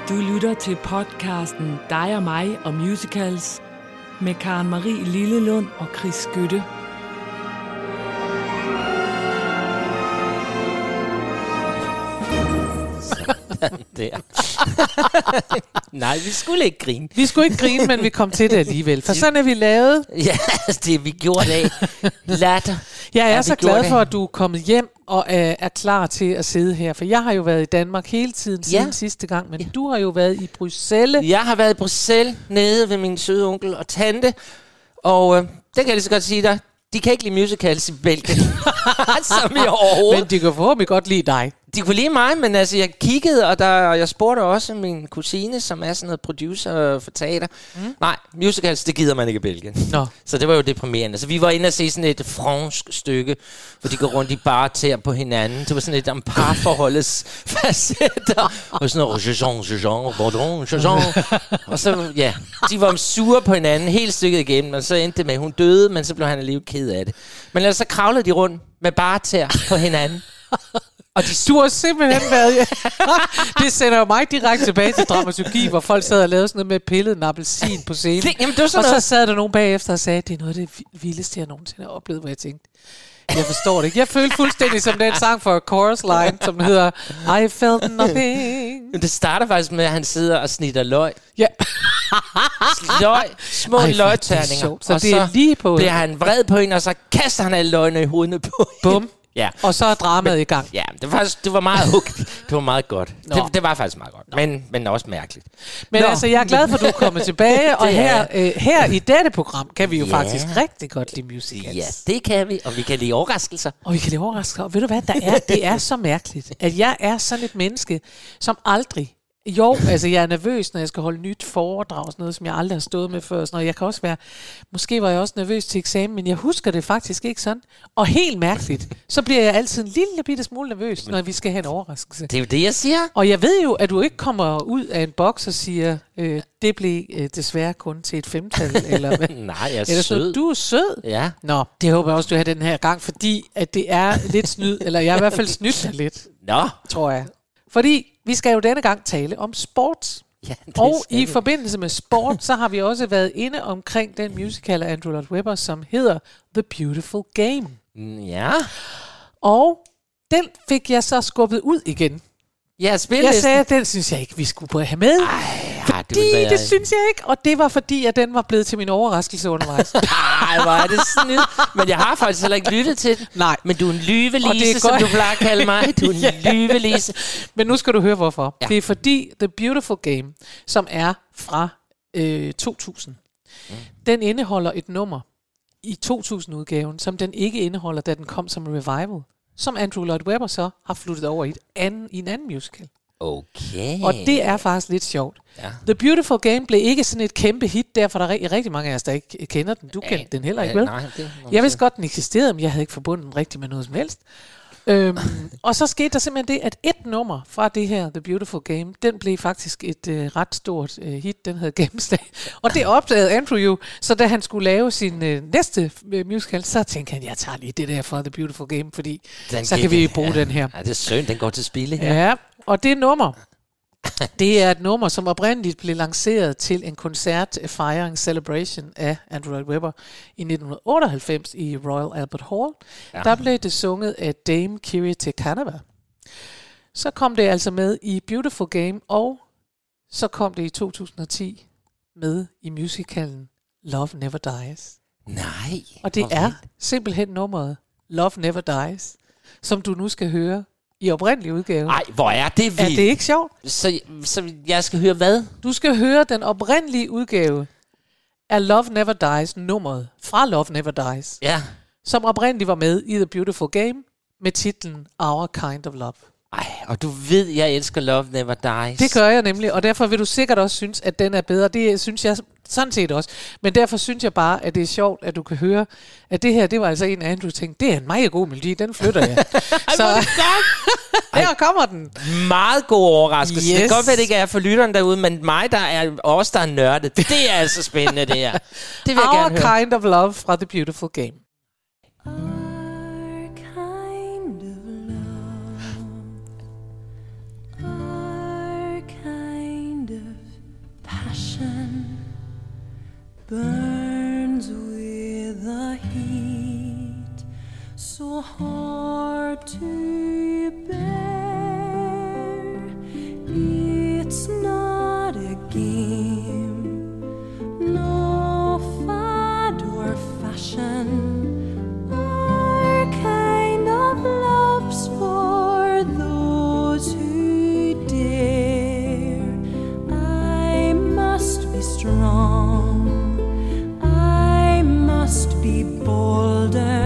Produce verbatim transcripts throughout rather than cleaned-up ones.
Du lytter til podcasten Dig og mig og musicals med Karen Marie Lillelund og Chris Skytte. Der. Nej, vi skulle ikke grine. Vi skulle ikke grine, men vi kom til det alligevel. For sådan er vi lavet. Ja, det vi gjorde det af. Latter. Jeg er ja, så glad for, at du er kommet hjem og er, er klar til at sidde her. For jeg har jo været i Danmark hele tiden siden ja. sidste gang, men ja. du har jo været i Bruxelles. Jeg har været i Bruxelles nede ved min søde onkel og tante. Og øh, det kan jeg lige så godt sige dig. De kan ikke lide musicals i Belgien. Som i overhovedet. Men de kan forhåbentlig godt lide dig. De kunne lide mig, men altså jeg kiggede, og, der, og jeg spurgte også min kusine, som er sådan noget producer for teater. Mm. Nej, musicals, det gider man ikke i Belgien. Nå. Så det var jo deprimerende. Så vi var inde og se sådan et fransk stykke, hvor de går rundt i bare tæer på hinanden. Det var sådan et om parforholdets facetter. Og sådan noget, Jean, Jean, Bordon, Jean. Og så, ja, de var sure på hinanden hele stykket igennem, og så endte det med, at hun døde, men så blev han alligevel ked af det. Men ellers så kravlede de rundt med bare tæer på hinanden. Og de, du har simpelthen været... Det sender jo mig direkte tilbage til dramaturgi, hvor folk sad og lavede sådan noget med pillet en appelsin på scenen. Det, jamen, det var sådan og noget. så sad der nogen bagefter og sagde, at det er noget af det vildeste, jeg nogensinde har oplevet, hvor jeg tænkte, jeg forstår det ikke. Jeg følte fuldstændig som den sang for Chorus Line, som hedder I felt nothing. Men det starter faktisk med, at han sidder og snitter løg. Ja. Løg, små Ej, løgterninger. Så og det er så lige på bliver han vred på hende, og så kaster han alle løgene i hovedet på hende. Bum. Ja. Og så er dramaet men, i gang. Ja, det var, faktisk, det var meget hugt. Det var meget godt. Det, det var faktisk meget godt, men, men også mærkeligt. Men Nå. altså, jeg er glad for, at du er kommet tilbage, og her, øh, her i dette program kan vi jo ja. faktisk rigtig godt lide musicals. Ja, det kan vi, og vi kan lide overraskelser. Og vi kan lide overraskelser, og ved du hvad, der er, det er så mærkeligt, at jeg er sådan et menneske, som aldrig... Jo, altså jeg er nervøs, når jeg skal holde nyt foredrag, sådan noget, som jeg aldrig har stået med før. Sådan noget. Jeg kan også være, måske var jeg også nervøs til eksamen, men jeg husker det faktisk ikke sådan. Og helt mærkeligt, så bliver jeg altid en lille bitte smule nervøs, når vi skal have en overraskelse. Det er jo det, jeg siger. Og jeg ved jo, at du ikke kommer ud af en boks og siger, øh, det blev øh, desværre kun til et femtal, eller hvad? Nej, jeg er eller sød. Du er sød? Ja. Nå, det håber jeg også, du har den her gang, fordi at det er lidt snyd, eller jeg er i hvert fald snydt dig lidt. Nå. Tror jeg. Fordi vi skal jo denne gang tale om sport. Ja, og i det. forbindelse med sport, så har vi også været inde omkring den musical af Andrew Lloyd Webber, som hedder The Beautiful Game. Ja. Og den fik jeg så skubbet ud igen. Ja, jeg sagde, at den synes jeg ikke, vi skulle have med. Ej, fordi det, det, det synes jeg ikke. Og det var fordi, at den var blevet til min overraskelse undervejs. Ej, hvor er det snyd. Men jeg har faktisk heller ikke lyttet til den. Nej. Men du er en lyvelise, som du plejer at kalde mig. Du er en ja. lyvelise. Men nu skal du høre, hvorfor. Ja. Det er fordi The Beautiful Game, som er fra øh, to tusind, mm. den indeholder et nummer i to tusind-udgaven, som den ikke indeholder, da den kom som revival. Som Andrew Lloyd Webber så har fluttet over i, et anden, i en anden musical. Okay. Og det er faktisk lidt sjovt. Ja. The Beautiful Game blev ikke sådan et kæmpe hit, derfor der er rigtig mange af os, der ikke kender den. Du kendte den heller ikke, vel? Nej, det jeg vidste godt, den eksisterede, men jeg havde ikke forbundet den rigtig med noget som helst. øhm, og så skete der simpelthen det, at et nummer fra det her, The Beautiful Game, den blev faktisk et øh, ret stort øh, hit. Den hed Gennemslag. Og det opdagede Andrew jo, så da han skulle lave sin øh, næste øh, musical, så tænkte han, jeg tager lige det der fra The Beautiful Game, fordi den så kan vi bruge ja. den her. Ja, det er synd, den går til spille her. Ja, og det nummer, det er et nummer, som oprindeligt blev lanceret til en koncert fejring celebration af Andrew Lloyd Webber i nitten otteoghalvfems i Royal Albert Hall. Ja. Der blev det sunget af Dame Kiri Kanava. Så kom det altså med i Beautiful Game, og så kom det i to tusind og ti med i musicalen Love Never Dies. Nej. Og det er simpelthen nummeret Love Never Dies, som du nu skal høre i oprindelig udgave. Nej, hvor er det vildt. Er det ikke sjovt? Så, så jeg skal høre hvad? Du skal høre den oprindelige udgave af Love Never Dies, nummeret fra Love Never Dies. Ja. Som oprindeligt var med i The Beautiful Game med titlen Our Kind of Love. Ej, og du ved, jeg elsker Love Never Dies. Det gør jeg nemlig, og derfor vil du sikkert også synes, at den er bedre. Det synes jeg sådan set også. Men derfor synes jeg bare, at det er sjovt, at du kan høre, at det her, det var altså en af Andrew tænkte, det er en meget god melodi, den flytter jeg. Så her kommer den. Meget god overraskelse. Yes. Det kan godt være, det ikke er for lytteren derude, men mig, der er os, der er nørdet. Det er altså spændende, det her. Det vil jeg Our gerne høre. Kind of Love fra The Beautiful Game. Kind so hard to bear. It's not a game, no fad or fashion. Our kind of love's for those who dare. I must be strong, I must be bolder.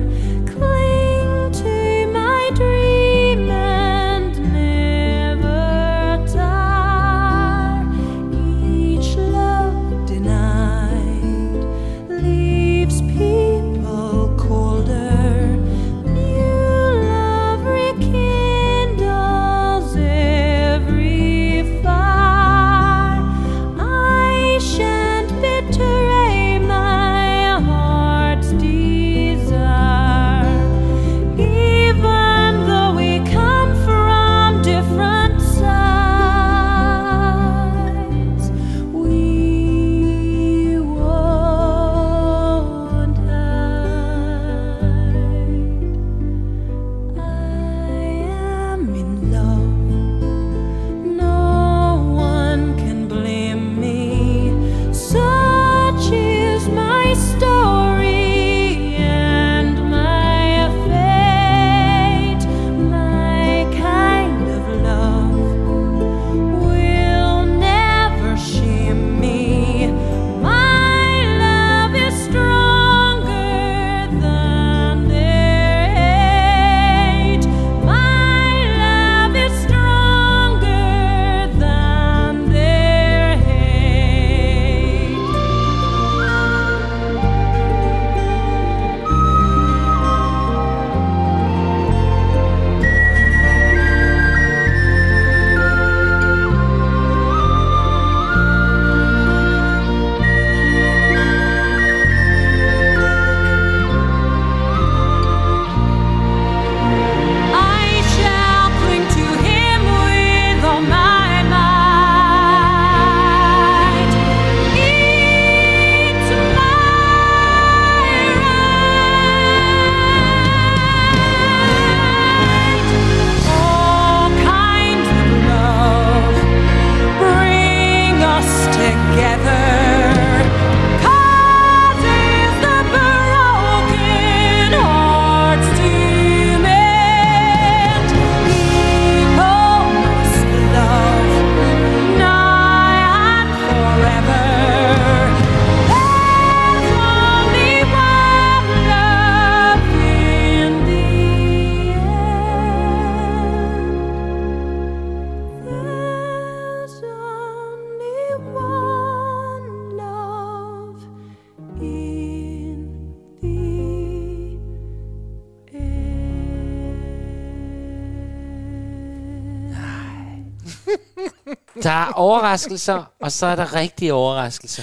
Der er overraskelser, og så er der rigtige overraskelser.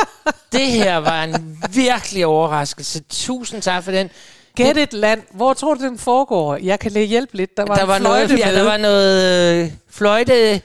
Det her var en virkelig overraskelse. Tusind tak for den. Gæt et land. Hvor tror du, den foregår? Jeg kan lige hjælpe lidt. Der var, der var fløjte noget, ja, med. der var noget øh, fløjte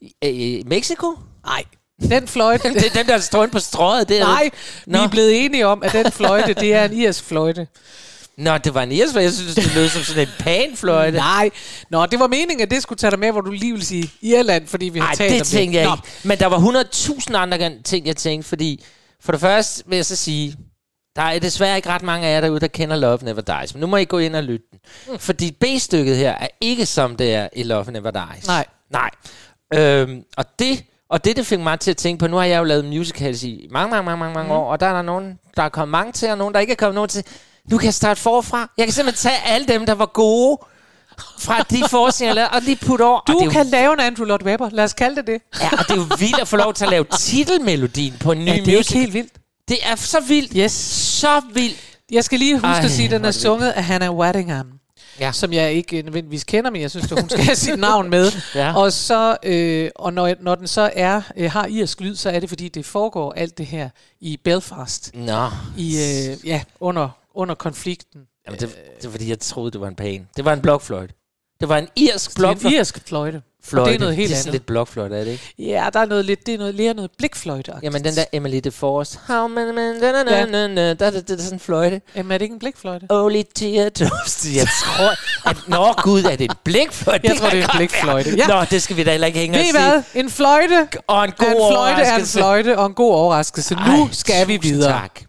i Mexico? Nej. Den fløjte... det er den, der står inde på strøget. Det er Nej, det. vi er blevet enige om, at den fløjte, det er en irsk fløjte. Nå, det var en irsk fløjte. Jeg synes, det lød som sådan en panfløjte. Nej. Nå, det var meningen, at det skulle tage dig med, hvor du lige ville sige Irland, fordi vi har Ej, talt om det. det tænkte jeg ikke. Men der var hundrede tusind andre ting, jeg tænkte, fordi for det første vil jeg så sige, der er desværre ikke ret mange af jer derude, der kender Love Never Dies. Men nu må I gå ind og lytte den. Mm. Fordi B-stykket her er ikke som det er i Love Never Dies. Nej. Nej. Øhm, og det... Og det, det fik mig til at tænke på, nu har jeg jo lavet musicals i mange, mange, mange, mange, mange mm. år, og der er der nogen, der er kommet mange til, og nogen, der ikke er kommet nogen til. Nu kan jeg starte forfra. Jeg kan simpelthen tage alle dem, der var gode fra de forestillinger, og lige putte over. Du kan jo... lave en Andrew Lloyd Webber. Lad os kalde det det. Ja, og det er jo vildt at få lov til at lave titelmelodien på en ny musical. Ja, det er musical. Helt vildt. Det er så vildt. Yes. Så vildt. Jeg skal lige huske Ej, at sige, at den er sunget af Hannah Waddingham. Ja. Som jeg ikke nødvendigvis kender, men jeg synes, at hun skal have sit navn med. Ja. Og så øh, og når, når den så er øh, har irsk lyd, så er det fordi det foregår alt det her i Belfast. Nå. I øh, ja under under konflikten. Jamen det, det var fordi jeg troede det var en pan. Det var en blokfløjte. Det var en irsk Det er en blokfløjte. irsk fløjte. Fløjte. Det er noget helt det er sådan andet. lidt blokfløjte, er det ikke? Ja, der er noget lidt, det er noget, lige noget blikfløjte. Jamen, den der Emily DeForest. How many men, da, da, da, da, da, da, da, det er sådan en fløjte. Jamen, er det ikke en blikfløjte? Only teardrops. Jeg tror, at... Nå, gud, er det en blikfløjte? Jeg tror, det er en blikfløjte. Ja. Nå, det skal vi da heller ikke hænge Ved os I hvad? i. En fløjte Og en god er en fløjte er en overraskelse. fløjte og en god overraskelse. Nu Ej, skal vi tusind videre. Tak.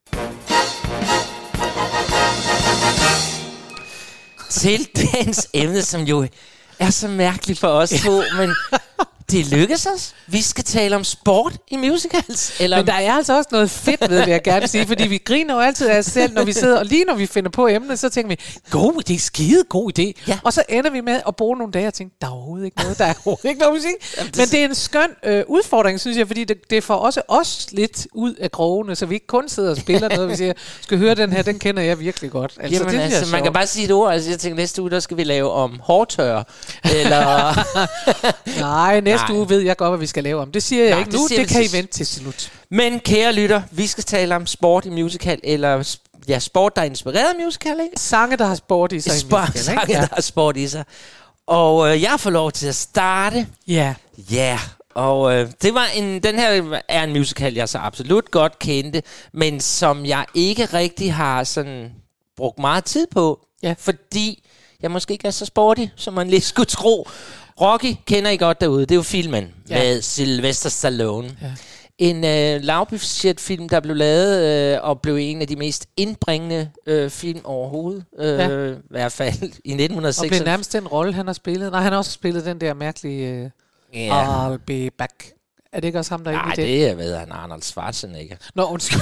Til dagens emne, som jo er så mærkeligt for os to, men det lykkes os. Vi skal tale om sport i musicals. Eller Men der er altså også noget fedt ved, vil jeg gerne sige, fordi vi griner jo altid af os selv, når vi sidder, og lige når vi finder på emnet, så tænker vi, god idé, skide god idé. Ja. Og så ender vi med at bruge nogle dage og tænke, der er overhovedet ikke noget, der er overhovedet ikke noget musik. Jamen, det Men det er en skøn øh, udfordring, synes jeg, fordi det, det får også os lidt ud af krogene, så vi ikke kun sidder og spiller noget, vi siger, skal høre den her, den kender jeg virkelig godt. Altså, Jamen, det altså, bliver man kan sjovt. bare sige et ord. Altså, jeg tænker, næste uge, der skal vi lave om hårdtør. Eller... Nej, næste Nej. uge ved jeg godt, hvad vi skal lave om. Det siger jeg Nej, ikke det nu, siger det vi kan I til- vente til slut. Men kære lytter, vi skal tale om sport i musical, eller ja, sport, der er inspireret af musical, ikke? Sange, der har sport i sig. i Sport, musical, ikke? sange, der har sport i sig. Og øh, jeg får lov til at starte. Ja. Ja, yeah. Og øh, det var en, den her er en musical, jeg så absolut godt kendte, men som jeg ikke rigtig har sådan brugt meget tid på, Ja. fordi jeg måske ikke er så sporty, som man lige skulle tro. Rocky kender I godt derude, det er jo filmen Ja. med Sylvester Stallone. Ja. En øh, lavbudget-film, der blev lavet øh, og blev en af de mest indbringende øh, film overhovedet. Øh, Ja. I hvert fald i nitten Og seks. blev nærmest den rolle, han har spillet. Nej, han har også spillet den der mærkelige uh, Ja. I'll be back. Er det ikke også ham, der er Nej, inde i det? det er ved han Arnold Schwarzenegger. Nå, undskyld.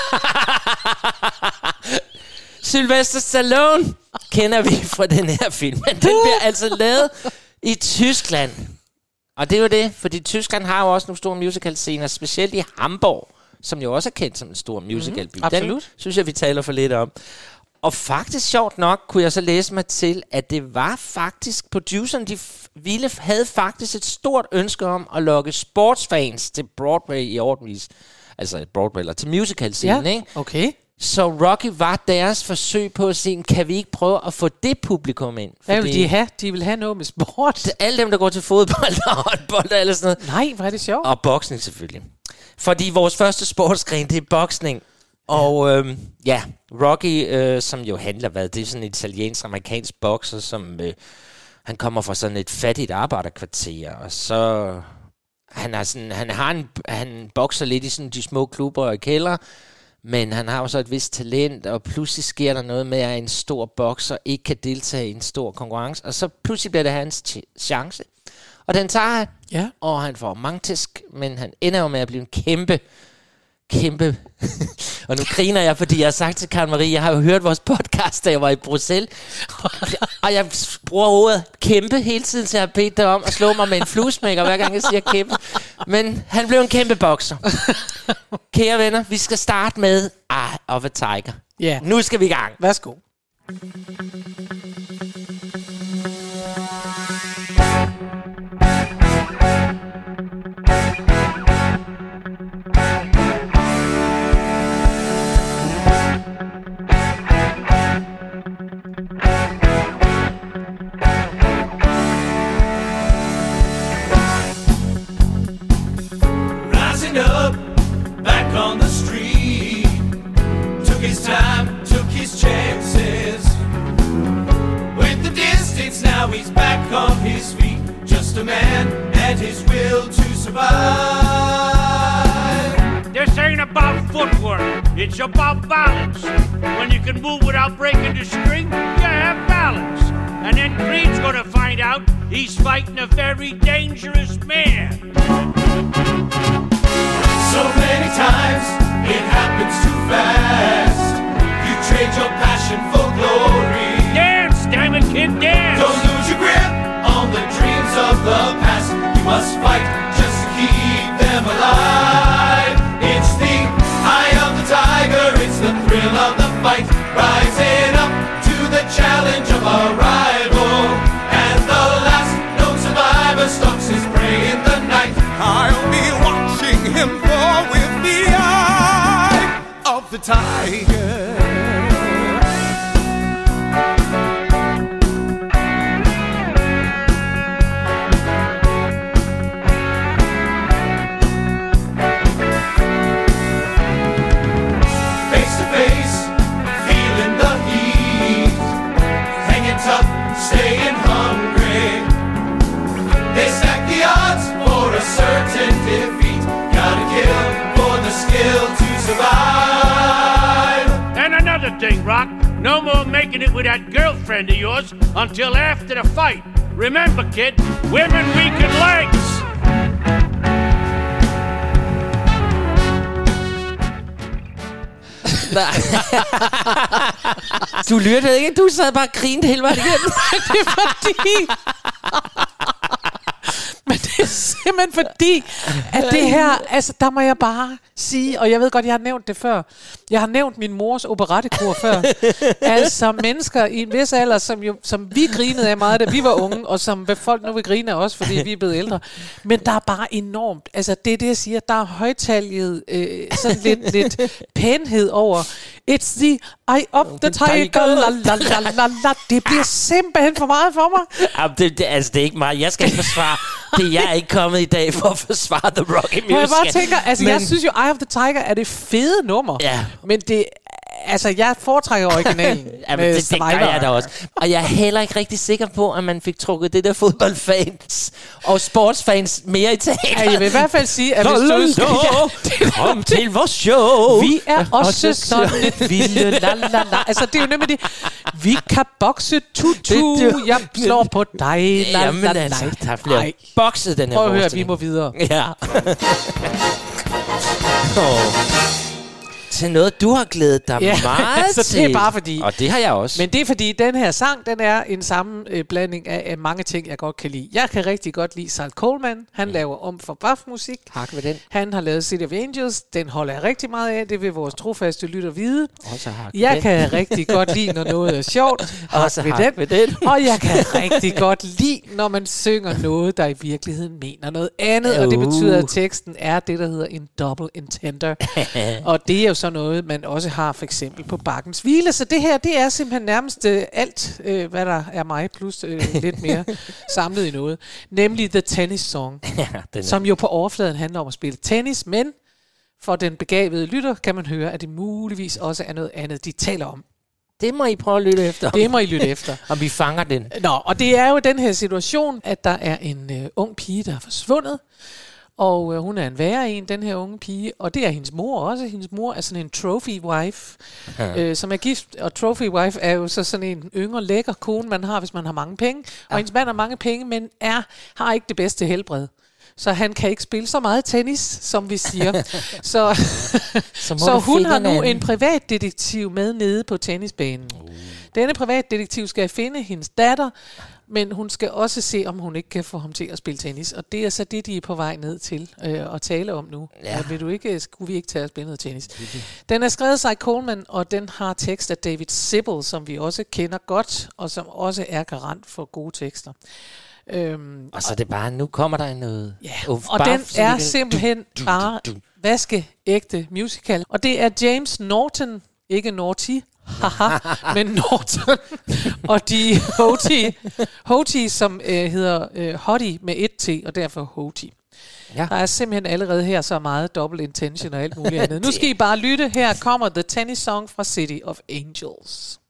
Sylvester Stallone kender vi fra den her film. Men den bliver altså lavet i Tyskland. Og det er jo det, fordi Tyskland har jo også nogle store musical-scener, specielt i Hamburg, som jo også er kendt som en stor musicalby. Mhm, absolut. Den synes jeg, vi taler for lidt om. Og faktisk sjovt nok kunne jeg så læse mig til, at det var faktisk, produceren, de f- ville, havde faktisk et stort ønske om at lokke sportsfans til Broadway i årvis. Altså Broadway, eller til musical-scenen, Ja, ikke? okay. Så Rocky var deres forsøg på at sige, kan vi ikke prøve at få det publikum ind? Hvad vil de have? De vil have noget med sport. Til alle dem, der går til fodbold og håndbold eller sådan noget. Nej, hvor er det sjovt. Og boksning selvfølgelig. Fordi vores første sportsgren, det er boksning. Og øhm, ja, Rocky, øh, som jo handler, hvad det er sådan en italiensk-amerikansk bokser, som øh, han kommer fra sådan et fattigt arbejderkvarter, og så han har sådan, han har en, han bokser lidt i sådan de små klubber og kælder, men han har jo så et vist talent, og pludselig sker der noget med, at en stor bokser ikke kan deltage i en stor konkurrence, og så pludselig bliver det hans ch- chance. Og den tager han, Ja. og han får mange tæsk, men han ender jo med at blive en kæmpe, kæmpe... og nu griner jeg, fordi jeg har sagt til Karen Marie, jeg har jo hørt vores podcast, da jeg var i Bruxelles, og jeg bruger ordet kæmpe hele tiden, så jeg har bedt dig om at slå mig med en fluesmækker, hver gang jeg siger kæmpe. Men han blev en kæmpe bokser. Kære venner, vi skal starte med Eye of a Tiger. Ja. Nu skal vi i gang. Værsgo. Rising up, back on the street. Took his time, took his chances. With the distance, now he's back on his feet. Just a man and his will to survive. This ain't about footwork, it's about balance. When you can move without breaking the string, you have balance. And then Creed's gonna find out he's fighting a very dangerous man. So many times it happens too fast. You trade your passion for glory. Dance, damn it, kid, dance! Don't lose your grip on the dreams of the past. You must fight just to keep them alive. It's the eye of the tiger, it's the thrill of the fight. Rising up to the challenge of a rival. And the last known survivor stalks his prey in the night. No more making it with that girlfriend of yours until after the fight. Remember, kid, women weaken legs. Du lyttede ikke, du sad bare og grinede hele vejen igennem. Det er fordi... Men det er simpelthen fordi, at det her, altså der må jeg bare sige, og jeg ved godt, jeg har nævnt det før, jeg har nævnt min mors operettekor før, altså mennesker i en vis alder, som, jo, som vi grinede af meget, da vi var unge, og som folk nu vil grine af os, fordi vi er blevet ældre, men der er bare enormt, altså det er det, jeg siger, der er højtalget, øh, sådan lidt, lidt pænhed over, it's the eye of the tiger, la, la, la, la, la. Det bliver simpelthen for meget for mig. Jamen, det, det, altså, det er ikke meget. Jeg skal ikke forsvare det. Jeg er ikke kommet i dag for at forsvare The Rocky Musical. Jeg bare tænker, altså men... jeg synes jo, Eye of the Tiger er det fede nummer. Ja. Men det, altså jeg foretrækker originalen. Jamen, det, det gør jeg da også. Og jeg er heller ikke rigtig sikker på, at man fik trukket det der fodboldfans og sportsfans mere i teateret. Ja, jeg vil i hvert fald sige, at hvis du skal... Ja, kom til vores show. Vi er også sådan et vilde la la la. Altså det er jo nemlig det. Vi kan bokse tutu. Jeg slår på dig. La, Jamen la, la. altså, der er flere bokset den her. Prøv at høre, vi må videre. Ja. oh. Til noget, du har glædet dig ja, meget så til. Det er bare fordi. Og det har jeg også. Men det er fordi, den her sang, den er en sammenblanding af, af mange ting, jeg godt kan lide. Jeg kan rigtig godt lide Salt Coleman. Han mm. laver om for buff-musik. Hak ved den. Han har lavet City of Angels. Den holder jeg rigtig meget af. Det vil vores trofaste lytter vide. Også hak jeg den. kan rigtig godt lide, når noget er sjovt. Også ved hak den. ved den. Og jeg kan rigtig godt lide, når man synger noget, der i virkeligheden mener noget andet. Uh. Og det betyder, at teksten er det, der hedder en double intender. Og det er jo så noget, man også har for eksempel på Bakkens Hvile. Så det her, det er simpelthen nærmest øh, alt, øh, hvad der er mig, plus øh, lidt mere samlet i noget. Nemlig The Tennis Song, ja, som jo på overfladen handler om at spille tennis, men for den begavede lytter kan man høre, at det muligvis også er noget andet, de taler om. Det må I prøve at lytte efter. Det må I lytte efter. Og vi fanger den. Nå, og det er jo den her situation, at der er en øh, ung pige, der er forsvundet, og øh, hun er en værre en, den her unge pige, og det er hendes mor også. Hendes mor er sådan en trophy wife, ja. øh, som er gift, og trophy wife er jo så sådan en yngre, lækker kone, man har, hvis man har mange penge. Og ja. Hendes mand har mange penge, men er, har ikke det bedste helbred. Så han kan ikke spille så meget tennis, som vi siger. så så, så hun har nu en privatdetektiv med nede på tennisbanen. Uh. Denne privatdetektiv skal finde hendes datter, men hun skal også se, om hun ikke kan få ham til at spille tennis. Og det er så det, de er på vej ned til øh, at tale om nu. Ja. Ja, vil du ikke, skulle vi ikke tage at spille noget tennis? Den er skrevet af Cy Coleman, og den har tekst af David Sibbel, som vi også kender godt, og som også er garant for gode tekster. Øhm, og så er det bare, nu kommer der noget. Ja, og bare den er simpelthen du, du, bare du, du. vaskeægte musical. Og det er James Norton, ikke Naughty, haha, men Norton, og de Hoti, Hoti som øh, hedder øh, Hottie med et T, og derfor Hoti. Ja. Der er simpelthen allerede her så meget double intention og alt muligt andet. Nu skal I bare lytte. Her kommer The Tennis Song fra City of Angels.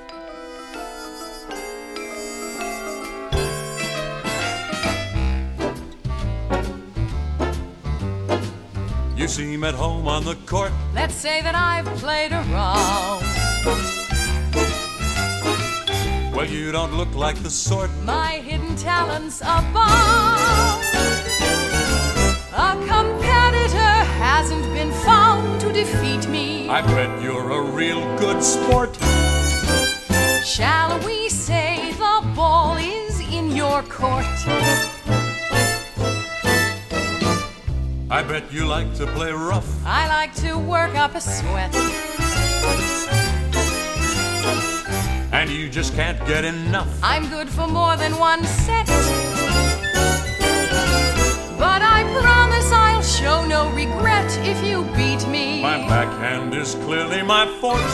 You seem at home on the court. Let's say that I've played around. Well, you don't look like the sort. My hidden talents abound. A competitor hasn't been found to defeat me. I bet you're a real good sport. Shall we say the ball is in your court? I bet you like to play rough. I like to work up a sweat. And you just can't get enough. I'm good for more than one set. But I promise I'll show no regret if you beat me. My backhand is clearly my forte.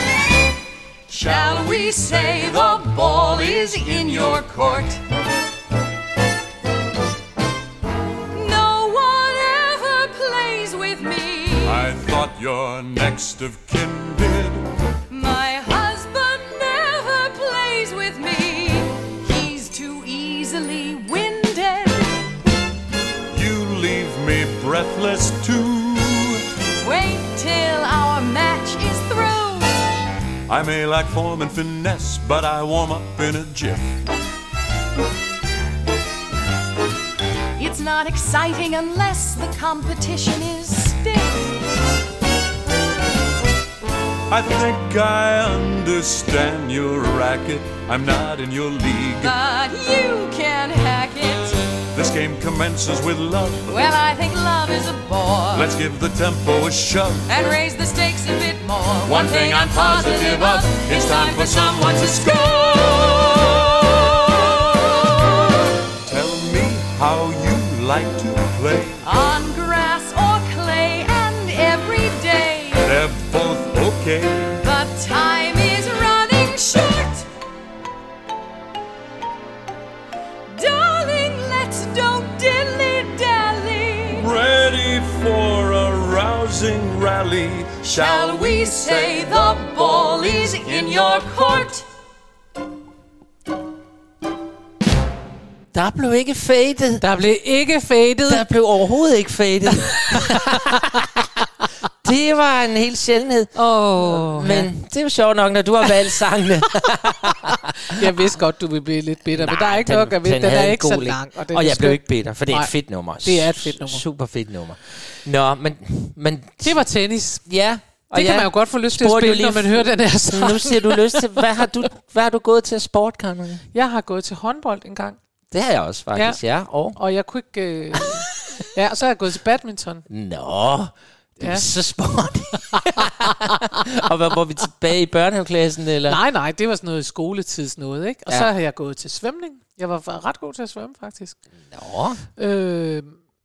Shall we say the ball is in your court? I thought your next of kin did. My husband never plays with me. He's too easily winded. You leave me breathless too. Wait till our match is through. I may lack form and finesse, but I warm up in a jiff. It's not exciting unless the competition is stiff. I think I understand your racket. I'm not in your league, But you can hack it. this game commences with love. Well, I think love is a bore. Let's give the tempo a shove. And raise the stakes a bit more. One thing I'm positive of, it's time for someone to score. Tell me how you like to play. On grass or clay and every day. They're both okay. But time is running short. Darling, let's don't dilly-dally. Ready for a rousing rally. Shall we say the ball is in your court? Der blev ikke fadet. Der blev ikke fadet. Der blev overhovedet ikke fadet. Det var en helt sjældenhed. Åh, Men ja. det er jo sjovt nok, når du har valgt sangene. Jeg vidste godt, du ville blive lidt bitter, men der er ikke den, noget at vide. Den, den er havde en ikke så god lang. Og, den og er jeg blev skøn. ikke bitter, for det er Nej, et fedt nummer. det er et fedt nummer. Super fedt nummer. Nå, men... men Det var tennis. ja. Og Det kan jeg man jo godt få lyst til at spurgte jo spille, når lige- man hører den her sang. Nu siger du lyst til... Hvad har du, hvad har du gået til af sport, Karin? Jeg har gået til håndbold en gang, Det har jeg også faktisk, ja. ja. Og... og jeg kunne ikke... Øh... Ja, og så har jeg gået til badminton. Nå, du Ja. er så sporty. Og hvad, var vi tilbage i børnehaveklassen, eller? Nej, nej, det var sådan noget skoletids noget, ikke? Og Ja. så har jeg gået til svømning. Jeg var ret god til at svømme, faktisk. Nå. Øh,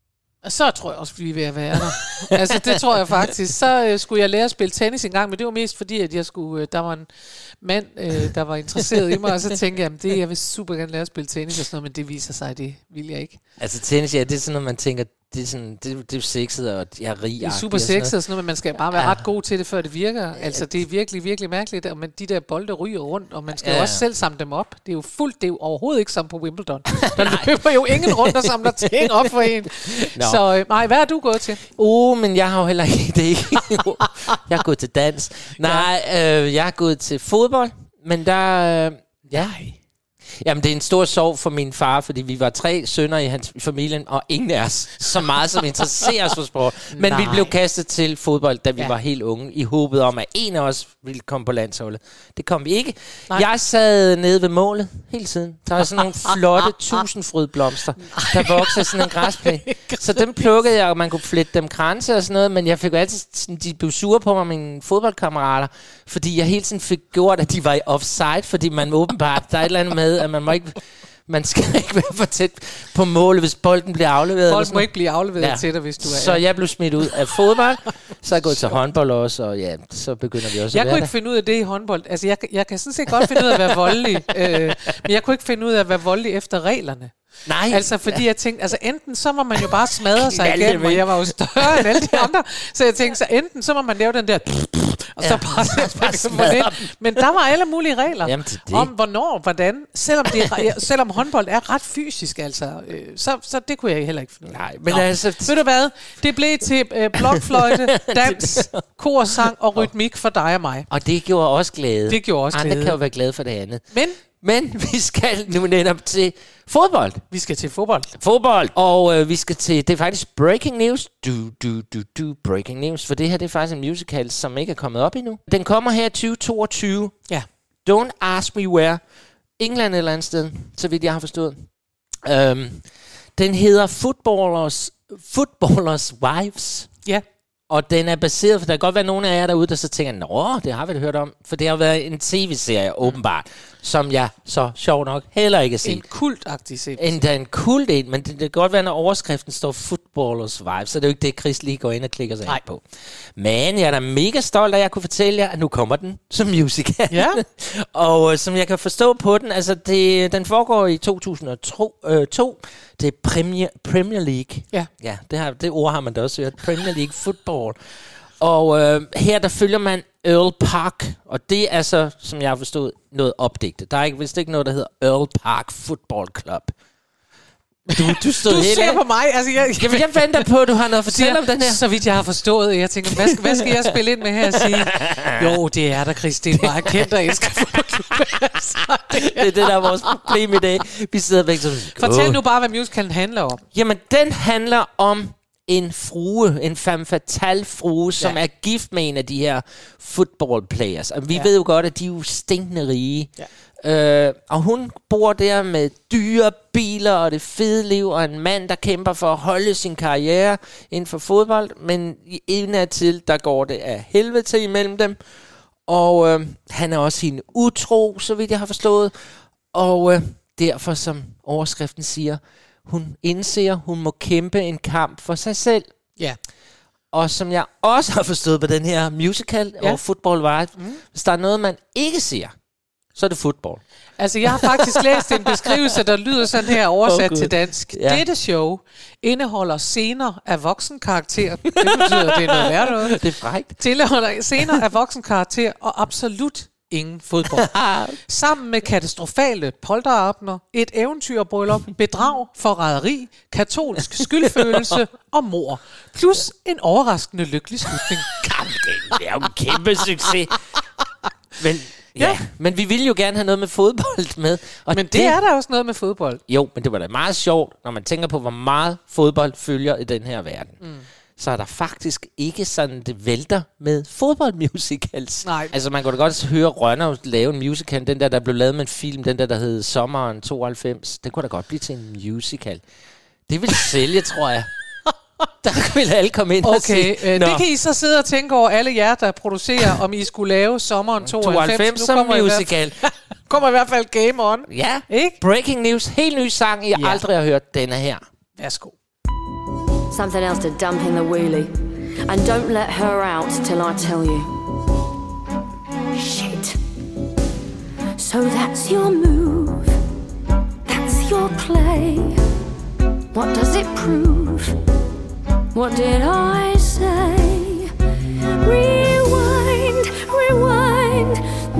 og så tror jeg også, vi er ved at være der. Altså, det tror jeg faktisk. Så øh, skulle jeg lære at spille tennis en gang, men det var mest fordi, at jeg skulle, øh, der var en mand, øh, der var interesseret i mig, og så tænkte jeg, at det, jeg vil super gerne lære at spille tennis og sådan noget, men det viser sig, at det vil jeg ikke. Altså tennis, ja, det er sådan noget, man tænker, det er, sådan, det, det er jo sexet, og jeg er rig. Det er super sexet og sådan noget, men man skal bare være Ja. ret god til det, før det virker. Altså, det er virkelig, virkelig mærkeligt, og men de der bolde ryger rundt, og man skal Ja. jo også selv samle dem op. Det er jo fuldt, det er jo overhovedet ikke som på Wimbledon. Der løber jo ingen rundt og samler ting op for en. Nå. Så øh, nej, hvad har du gået til? Uh, men jeg har jo heller ikke det. Ikke. Jeg har gået til dans. Nej, øh, jeg har gået til fodbold, men der... Øh, ja. Jamen, det er en stor sorg for min far, fordi vi var tre sønner i hans i familien, og ingen af os så meget som interesserer os for sport. Men Nej. vi blev kastet til fodbold, da vi Ja. var helt unge, i håbet om, at en af os ville komme på landsholdet. Det kom vi ikke. Nej. Jeg sad nede ved målet hele tiden. Der var sådan nogle flotte tusindfrødblomster, der voksede sådan en græsplæne. Så dem plukkede jeg, og man kunne flette dem kranse og sådan noget, men jeg fik jo altid, sådan, de blev sure på mig, mine fodboldkammerater, fordi jeg hele tiden fik gjort, at de var i offside, fordi man åbenbart, der er et eller andet med, at man må ikke, man skal ikke være for tæt på målet, hvis bolden bliver afleveret. eller Folk sådan må noget. ikke blive afleveret Ja. til dig, hvis du er... Så jeg blev smidt ud af fodbold, så er jeg gået til håndbold også, og ja, så begynder vi også Jeg at kunne være ikke finde ud af det i håndbold. Altså, jeg, jeg kan sådan set godt finde ud af at være voldelig, øh, men jeg kunne ikke finde ud af at være voldelig efter reglerne. Nej, Altså, fordi jeg tænkte, altså enten så må man jo bare smadre sig Knalde igennem, og med. jeg var jo større end alle de andre, så jeg tænkte, så enten så må man lave den der, og så Ja, bare sætte bare man på smadre den. dem. Men der var alle mulige regler Jamen, det er det. om, hvornår, hvordan, selvom, det er, re- selvom håndbold er ret fysisk, altså, øh, så, så det kunne jeg heller ikke finde ud af. Nej, men Nå. altså... Ved du hvad? Det blev til øh, blokfløjte, dans, korsang og rytmik for dig og mig. Og det gjorde også glæde. Det gjorde også Andre glæde. kan jo være glade for det andet. Men Men vi skal nu netop til fodbold. vi skal til fodbold. Fodbold. Og øh, vi skal til, det er faktisk breaking news. Du, du, du, du, breaking news. For det her, det er faktisk en musical, som ikke er kommet op endnu. Den kommer her i tyve toogtyve. Ja. Don't ask me where. England eller andet sted, så vidt jeg har forstået. Øhm, den hedder Footballers, Footballers Wives. Ja. Og den er baseret, for der kan godt være nogle af jer derude, der så tænker, nå, det har vi da hørt om. For det har været en tv-serie, åbenbart, som jeg så sjov nok heller ikke har set. En kultagtig serie. Endda en kult en, men det, det kan godt være, når overskriften står Footballers Wives, så det er jo ikke det, Chris lige går ind og klikker sig Nej. ind på. Men jeg er da mega stolt, at jeg kunne fortælle jer, at nu kommer den som musical. Ja. Og øh, som jeg kan forstå på den, altså det, den foregår i to tusind og to. Det er Premier, Premier League. Ja. Ja, det, har, det ord har man da også hørt. Premier League Football. Og øh, her der følger man Earl Park, og det er så, som jeg har forstået, noget opdigtet. Der er ikke, vist ikke noget, der hedder Earl Park Football Club. Du, du stod Du helt ser af. på mig. Altså, jeg, Jamen, jeg venter på, at du har noget at fortælle om den her. Så vidt jeg har forstået. Jeg tænker, hvad skal, hvad skal jeg spille ind med her og sige? Jo, det er der, Christine. Bare kendt og elsker fodboldklubben. Altså, det, Det er det, der er vores problem i dag. Vi sidder væk som... Fortæl nu bare, hvad musicalen handler om. Jamen, den handler om en frue, en femme fatale frue, som Ja. er gift med en af de her football players. Og vi Ja. ved jo godt, at de er jo stinkende rige. Ja. Øh, og hun bor der med dyre biler og det fede liv, og en mand, der kæmper for at holde sin karriere inden for fodbold. Men indadtil, der går det af helvede til imellem dem. Og øh, han er også hende utro, så vidt jeg har forstået. Og øh, derfor, som overskriften siger, hun indser, hun må kæmpe en kamp for sig selv. Ja. Og som jeg også har forstået på den her musical Ja. og football vibe, mm. hvis der er noget, man ikke ser, så er det fodbold. Altså, jeg har faktisk læst en beskrivelse, der lyder sådan her oversat Åh, Gud. til dansk. Ja. Dette show indeholder scener af voksenkarakter. Det betyder, at det er noget værd noget. Det er frækt. Tilholder scener af voksenkarakter og absolut ingen fodbold. Sammen med katastrofale polterabner, et eventyrbryllup, bedrag, forræderi, katolsk skyldfølelse og mord. Plus en overraskende lykkelig slutning. Det er jo en kæmpe succes. Men, ja. Ja. men vi ville jo gerne have noget med fodbold med. Og Men det er der også noget med fodbold. Jo, men det var da meget sjovt, når man tænker på, hvor meget fodbold følger i den her verden. Mm. Så er der faktisk ikke sådan, det vælter med fodboldmusicals. Nej. Altså, man kunne da godt høre Rønner lave en musical. Den der, der blev lavet med en film, den der, der hed Sommeren tooghalvfems. Den kunne da godt blive til en musical. Det vil sælge, tror jeg. Der vil alle komme ind og Okay, sige, øh, det kan I så sidde og tænke over, alle jer, der producerer, om I skulle lave Sommeren tooghalvfems. tooghalvfems Nu som kommer i hvert- musical. kommer i hvert fald Game On. Ja, Ikke? breaking news. Helt ny sang, I Ja. aldrig har hørt. Den er her. Værsgo. Something else to dump in the wheelie. And don't let her out till I tell you. Shit. So that's your move. That's your play. What does it prove? What did I say? Rewind, rewind.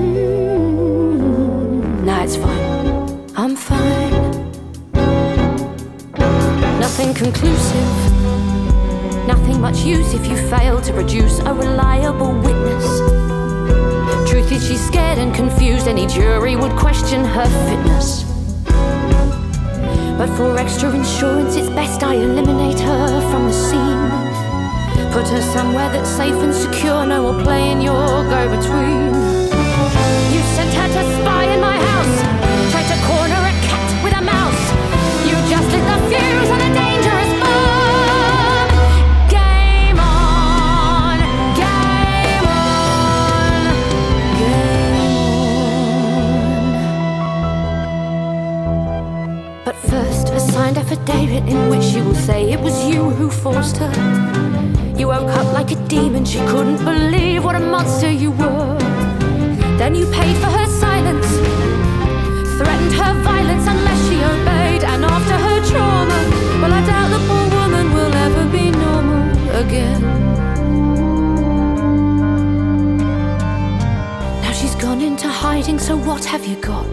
Mm. No, it's fine. I'm fine. Nothing conclusive. Nothing much use if you fail to produce a reliable witness. Truth is she's scared and confused. Any jury would question her fitness. But for extra insurance, it's best I eliminate her from the scene. Put her somewhere that's safe and secure. No more playing your go-between. You sent her to spy in my house. Tried to corner a cat with a mouse. You just lit the fuse on a dangerous bomb. Game on, game on, game on. But first, a signed affidavit in which she will say it was you who forced her. You woke up like a demon, she couldn't believe what a monster you were. Then you paid for her silence, threatened her violence unless she obeyed. And after her trauma, well, I doubt the poor woman will ever be normal again. Now she's gone into hiding, so what have you got?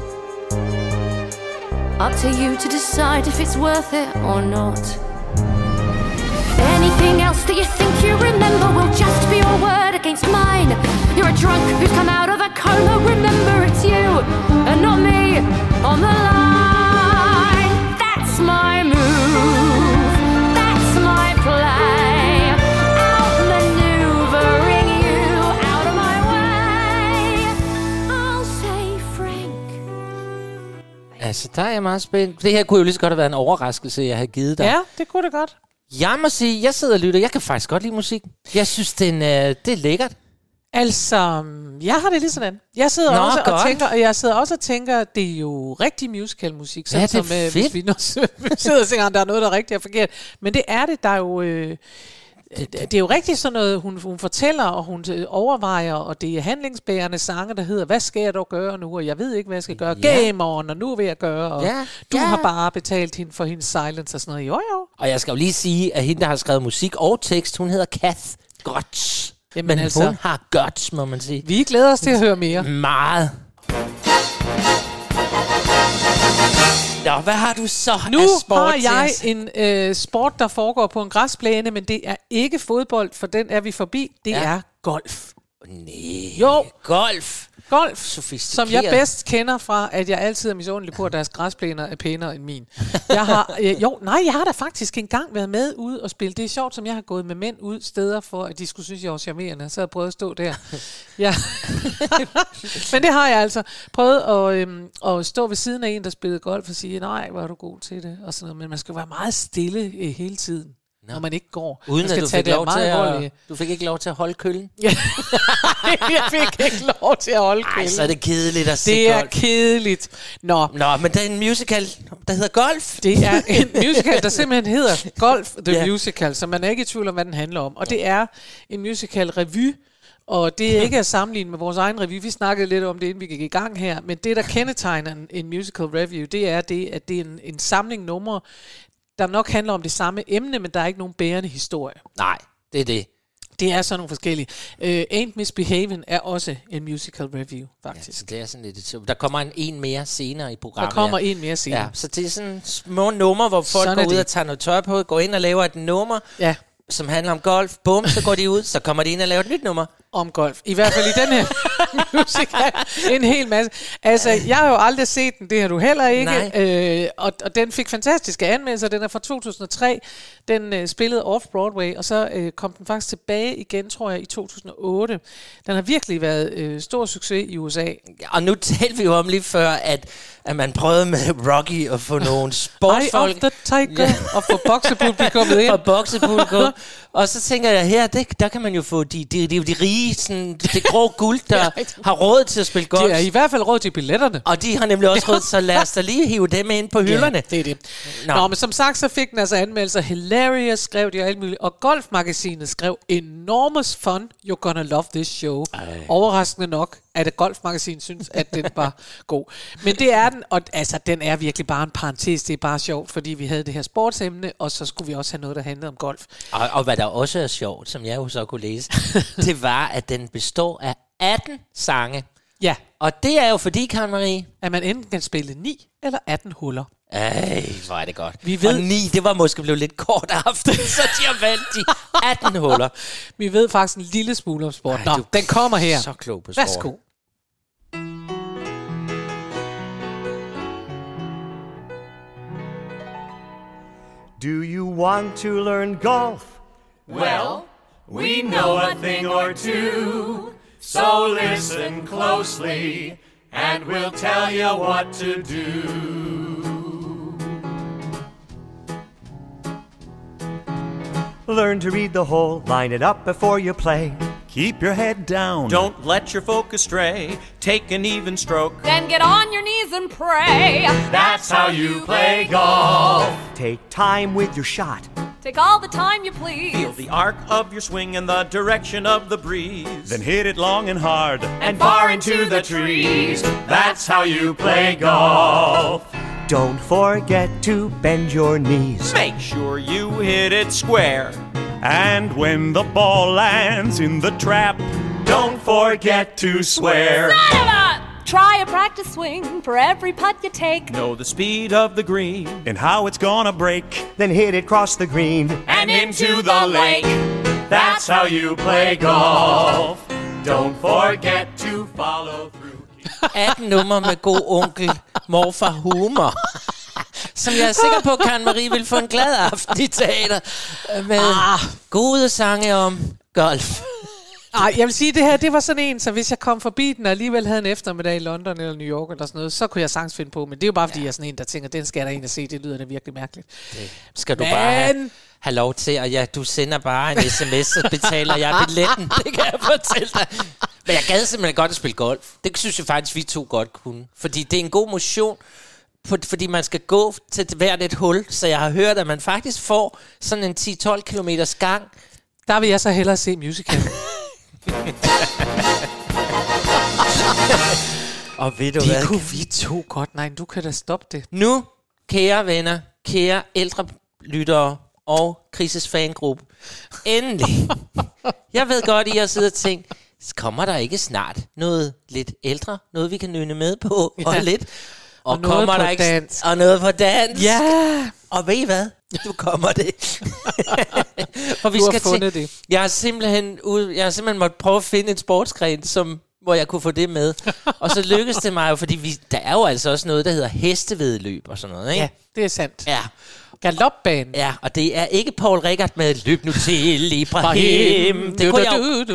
Up to you to decide if it's worth it or not. Anything else that you think you remember will just be your word against mine. You're a drunk who's come out of a coma. Remember, it's you and not me on the line. That's my move. That's my play. Outmaneuvering you out of my way. I'll say Frank. Altså, der er jeg meget spændt. Det her kunne jo lige så godt have været en overraskelse, jeg havde givet dig. Ja, det kunne det godt. Jeg må sige, jeg sidder og lytter. Jeg kan faktisk godt lide musik. Jeg synes, den, øh, det er lækkert. Altså, jeg har det lige sådan. Jeg sidder Nå, også godt. og tænker, og jeg sidder også og tænker, at det er jo rigtig musicalmusik, sådan Ja, det er som øh, fedt. hvis vi nu sidder og tænker, at der er noget, der er rigtigt og forkert. Men det er det, der er jo... Øh, det, det er jo rigtig sådan noget, hun, hun fortæller, og hun øh, overvejer, og det er handlingsbærende sange, der hedder, hvad skal jeg dog gøre nu, og jeg ved ikke, hvad jeg skal gøre. Ja. Game on, og nu vil jeg gøre, og Ja, du ja. har bare betalt hende for hendes silence og sådan noget. Jo, jo. Og jeg skal jo lige sige, at hende, der har skrevet musik og tekst, hun hedder Kath Guts. Jamen Men altså. hun har guts, må man sige. Vi glæder os til at høre mere. Meget. Nå, Nå, hvad har du så Nu af sport har til jeg os? en øh, sport, der foregår på en græsplæne, men det er ikke fodbold, for den er vi forbi. Det Ja. er golf. Nej, Jo. golf. Golf, Sofistikeret. som jeg bedst kender fra, at jeg altid er misundelig på, at deres græsplæner er pænere end min. Jeg har, øh, jo, nej, jeg har da faktisk engang været med ud og spille. Det er sjovt, som jeg har gået med mænd ud steder for, at de skulle synes, jeg var charmerende. Så har jeg prøvet at stå der. Ja. Men det har jeg altså. Prøvet at, øhm, at stå ved siden af en, der spillede golf og sige, nej, hvor er du god til det. Og sådan noget. Men man skal jo være meget stille øh, hele tiden. Nå. Når man ikke går. Uden man skal at du tage fik, det lov til meget at, du fik ikke lov til at holde køllen? Ja. Jeg fik ikke lov til at holde Ej, kælden. så er det kedeligt at se Det er golf. kedeligt. Nå, Nå, men der er en musical, der hedder Golf. det er en musical, der simpelthen hedder Golf The Ja. Musical, så man er ikke i tvivl om, hvad den handler om. Og det er en musical revy, og det er ikke at sammenligne med vores egen revy. Vi snakkede lidt om det, inden vi gik i gang her. Men det, der kendetegner en, en musical review, det er, det, at det er en, en samling numre, der nok handler om det samme emne, men der er ikke nogen bærende historie. Nej, det er det. Det er sådan nogle forskellige. Uh, Ain't Misbehavin' er også en musical review, faktisk. Ja, så det er sådan lidt, der kommer en, en mere senere i programmet. Der kommer ja. en mere senere. Ja, så det er sådan små numre, hvor folk Sådan går er ud det. og tager noget tøj på, går ind og laver et nummer, Ja, som handler om golf. Bum, så går de ud, så kommer de ind og laver et nyt nummer. om golf. I hvert fald i den her musical. En hel masse. Altså, jeg har jo aldrig set den. Det har du heller ikke. Øh, og, og den fik fantastiske anmeldelser. Den er fra to tusind og tre. Den øh, spillede off-Broadway, og så øh, kom den faktisk tilbage igen, tror jeg, i to tusind og otte. Den har virkelig været øh, stor succes i U S A. Og nu talte vi jo om lige før, at, at man prøvede med Rocky at få nogle sportsfolk. Eye of the Tiger, ja. Og få boksepublikummet ind. Og boksepublikum. Og så tænker jeg, her, det, der kan man jo få de, de, de, de rige, sådan, det grå guld, der har råd til at spille golf. De er i hvert fald råd til billetterne. Og de har nemlig også råd, så lad os da lige hive dem ind på hylderne. Ja, det er det. Nå. Nå, men som sagt, så fik den altså anmeldelser. Hilarious skrev de og alt muligt. Og Golfmagasinet skrev, enormous fun, you're gonna love this show. Ej. Overraskende nok, at et Golfmagasin synes, at den var god. Men det er den, og altså, den er virkelig bare en parentes. Det er bare sjovt, fordi vi havde det her sportsemne, og så skulle vi også have noget, der handlede om golf. Og, og hvad der også er sjovt, som jeg jo så kunne læse, det var, at den består af atten sange. Ja, Og det er jo fordi, Karen Marie... at man enten kan spille ni eller atten huller. Ej, hvor er det godt. Vi ved- Og ni, det var måske blevet lidt kort aften, så de har valgt de atten huller. Vi ved faktisk en lille smule om sport. Ej, Nå, du- den kommer her. Så klog på sport. Værsgo. Do you want to learn golf? Well, we know a thing or two, so listen closely, and we'll tell you what to do. Learn to read the hole, line it up before you play. Keep your head down. Don't let your focus stray. Take an even stroke. Then get on your knees and pray. That's how you play golf. Take time with your shot. Take all the time you please. Feel the arc of your swing and the direction of the breeze. Then hit it long and hard. And far into the trees. That's how you play golf. Don't forget to bend your knees. Make sure you hit it square. And when the ball lands in the trap, don't forget to swear. Son of a! Try a practice swing for every putt you take. Know the speed of the green and how it's gonna break. Then hit it across the green and into the lake. That's how you play golf. Don't forget to follow through. atten nummer med god onkel, morfar humor. Som jeg er sikker på, at Karen Marie vil få en glad aften i teater. Med ah. gode sange om golf. Ej, jeg vil sige, det her, det var sådan en, så hvis jeg kom forbi den og alligevel havde en eftermiddag i London eller New York eller sådan noget, så kunne jeg sagtens finde på. Men det er jo bare, fordi ja. jeg er sådan en, der tænker, den skal jeg da ind og se. Det lyder da virkelig mærkeligt. Det skal du Men... bare have, have lov til. Og ja, du sender bare en sms, så betaler jeg billetten. Det kan jeg fortælle dig. Men jeg gad simpelthen godt at spille golf. Det synes jeg faktisk, vi to godt kunne. Fordi det er en god motion. Fordi man skal gå til hvert et hul. Så jeg har hørt, at man faktisk får sådan en ti til tolv kilometers gang. Der vil jeg så hellere se musical. Og ved du det hvad? kunne vi to godt. Nej, du kan da stoppe det. Nu, kære venner, kære ældre lyttere og Chris' fangruppe. Endelig. Jeg ved godt, I har siddet og tænkt, kommer der ikke snart noget lidt ældre? Noget, vi kan nynne med på? Ja. Og lidt. Og, og noget kommer på der ikke, dansk. Og noget på dansk. Ja. Og ved I hvad? Du kommer det. For vi Du har skal fundet til, det. Jeg har simpelthen ud, jeg har simpelthen måttet prøve at finde en sportsgren, som hvor jeg kunne få det med. Og så lykkedes det mig jo, fordi vi, der er jo altså også noget, der hedder hestevedløb og sådan noget, ikke? Ja, det er sandt. Ja. Galopbanen. Ja, og det er ikke Paul Rickard med løb nu til Ibrahim. Det kunne jeg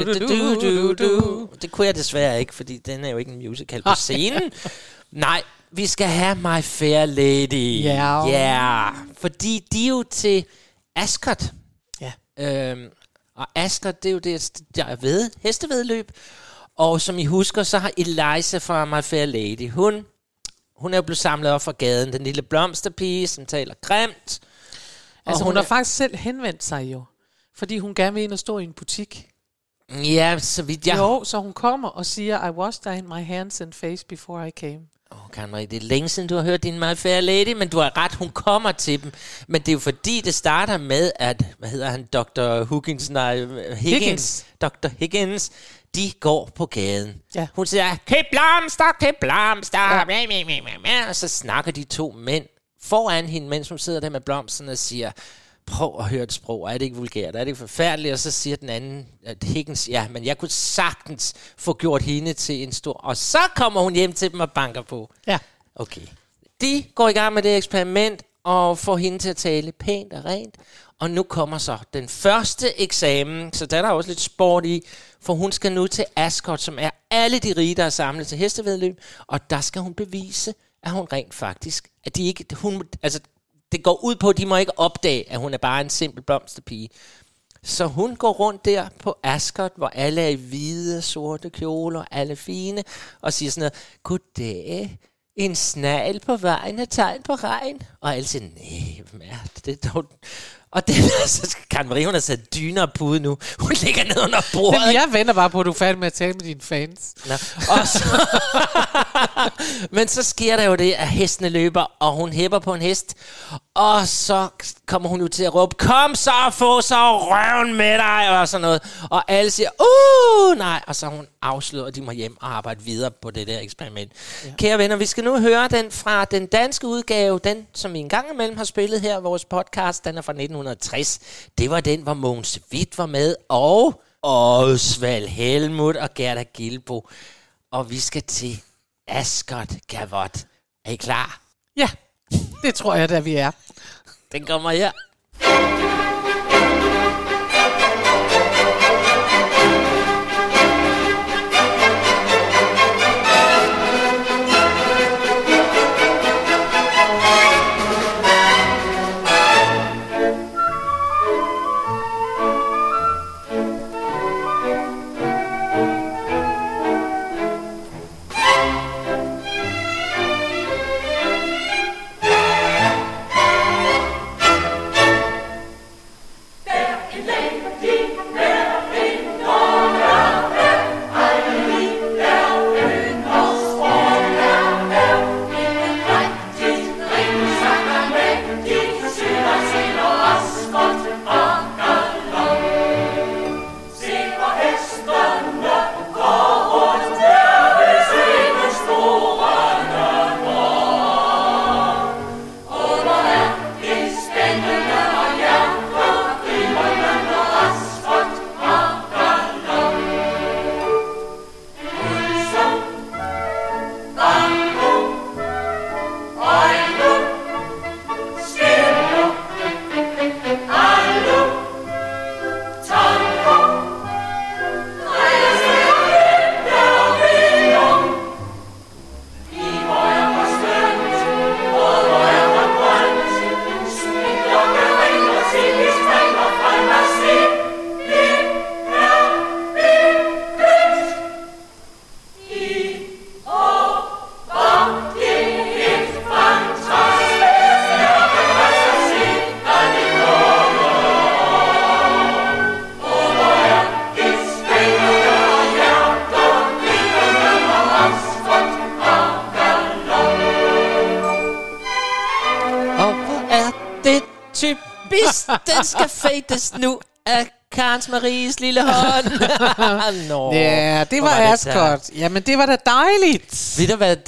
jo, det kunne jeg desværre ikke, fordi den er jo ikke en musical på scenen. Nej, vi skal have My Fair Lady. Ja. Ja, fordi de er jo til Ascot. Ja. Øhm, og Ascot, det er jo det, jeg ved, hestevedløb. Og som I husker, så har Eliza fra My Fair Lady, hun, hun er jo blevet samlet op fra gaden, den lille blomsterpige, som taler grimt. Altså Og hun hun har er- faktisk selv henvendt sig jo, fordi hun gerne vil ind og stå i en butik. Ja, så vidt jeg... Jo, så hun kommer og siger, I washed in my hands and face before I came. Åh, oh, Karen Marie, det er længe siden, du har hørt din My Fair Lady, men du har ret, hun kommer til dem. Men det er jo fordi, det starter med, at, hvad hedder han, doktor Huggins, nej, Higgins, Higgins. doktor Higgins, de går på gaden. Ja. Hun siger, køb blomster, køb blomster, ja. Og så snakker de to mænd foran hende, mens hun sidder der med blomsterne og siger, prøv at høre det sprog, er det ikke vulgært, er det ikke forfærdeligt? Og så siger den anden, at Higgins, ja, men jeg kunne sagtens få gjort hende til en stor... Og så kommer hun hjem til dem og banker på. Ja. Okay. De går i gang med det eksperiment og får hende til at tale pænt og rent. Og nu kommer så den første eksamen, så der er der også lidt sport i, for hun skal nu til Ascot, som er alle de rige, der er samlet til hestevedløb, og der skal hun bevise, at hun rent faktisk, at de ikke, hun, altså det går ud på, at de må ikke opdage, at hun er bare en simpel blomsterpige. Så hun går rundt der på Ascot, hvor alle er i hvide, sorte kjoler, alle fine, og siger sådan noget, goddag, en snegl på vejen er tegn på regn. Og alle siger, nej, hvad er det? det er dog... Og det så Karen Marie, hun har sat dyner og pude nu. Hun ligger ned under bordet. Men jeg venter bare på, at du er færdig med at tale med dine fans. Nå. Og så, men så sker der jo det, at hestene løber, og hun hæpper på en hest. Og så kommer hun jo til at råbe, kom så, få så røven med dig, og sådan noget. Og alle siger, uh, nej. Og så er hun afsløret, og de må hjem og arbejde videre på det der eksperiment. Ja. Kære venner, vi skal nu høre den fra den danske udgave, den som vi en gang imellem har spillet her, vores podcast, den er fra nitten tres. Det var den, hvor Mogens Witt var med, og Osvald Helmut og Gerda Gilbo. Og vi skal til Ascot Gavot. Er I klar? Ja, det tror jeg, da vi er. Den kommer her. Den skal fates nu af Karen Maries lille hånd. Nå. Ja, det var Hvor var det Ascot. Jamen, det var da dejligt. Ved du hvad, det,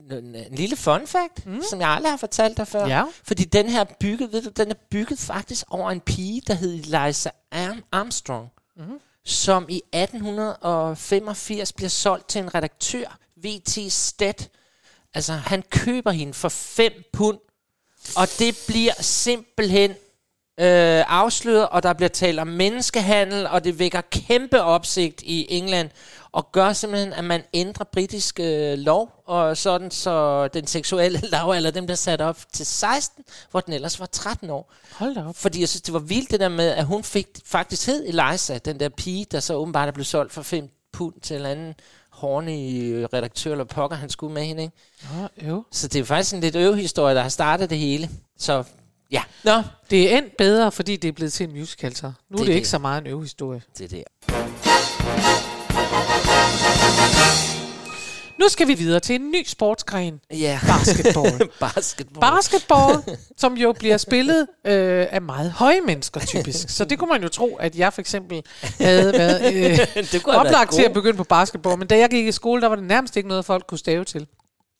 en, en lille fun fact, mm. som jeg aldrig har fortalt dig før. Ja. Fordi den her er bygget, ved du, den er bygget faktisk over en pige, der hed Eliza Armstrong, mm. som i atten femogfirs bliver solgt til en redaktør, V T Stedt. Altså, han køber hende for fem pund, og det bliver simpelthen øh, afsløret, og der bliver talt om menneskehandel, og det vækker kæmpe opsigt i England, og gør simpelthen, at man ændrer britisk øh, lov, og sådan, så den seksuelle lavalder, den bliver sat op til seksten, hvor den ellers var tretten år. Hold da op. Fordi jeg synes, det var vildt det der med, at hun fik faktisk hed Eliza, den der pige, der så åbenbart er blevet solgt for fem pund til en anden horny redaktør eller pokker, han skulle med hende, ikke? Ja, jo. Så det er faktisk en lidt øvehistorie, der har startet det hele. Så ja. Nå. Det er endt bedre, fordi det er blevet til en musical, så. Nu det er det, det ikke så meget en øvehistorie. Det er det. Nu skal vi videre til en ny sportsgren. Ja. Basketball. Basketball. Basketball, som jo bliver spillet øh, af meget høje mennesker, typisk. Så det kunne man jo tro, at jeg for eksempel havde været øh, oplagt til at begynde på basketball. Men da jeg gik i skole, der var det nærmest ikke noget, folk kunne stave til.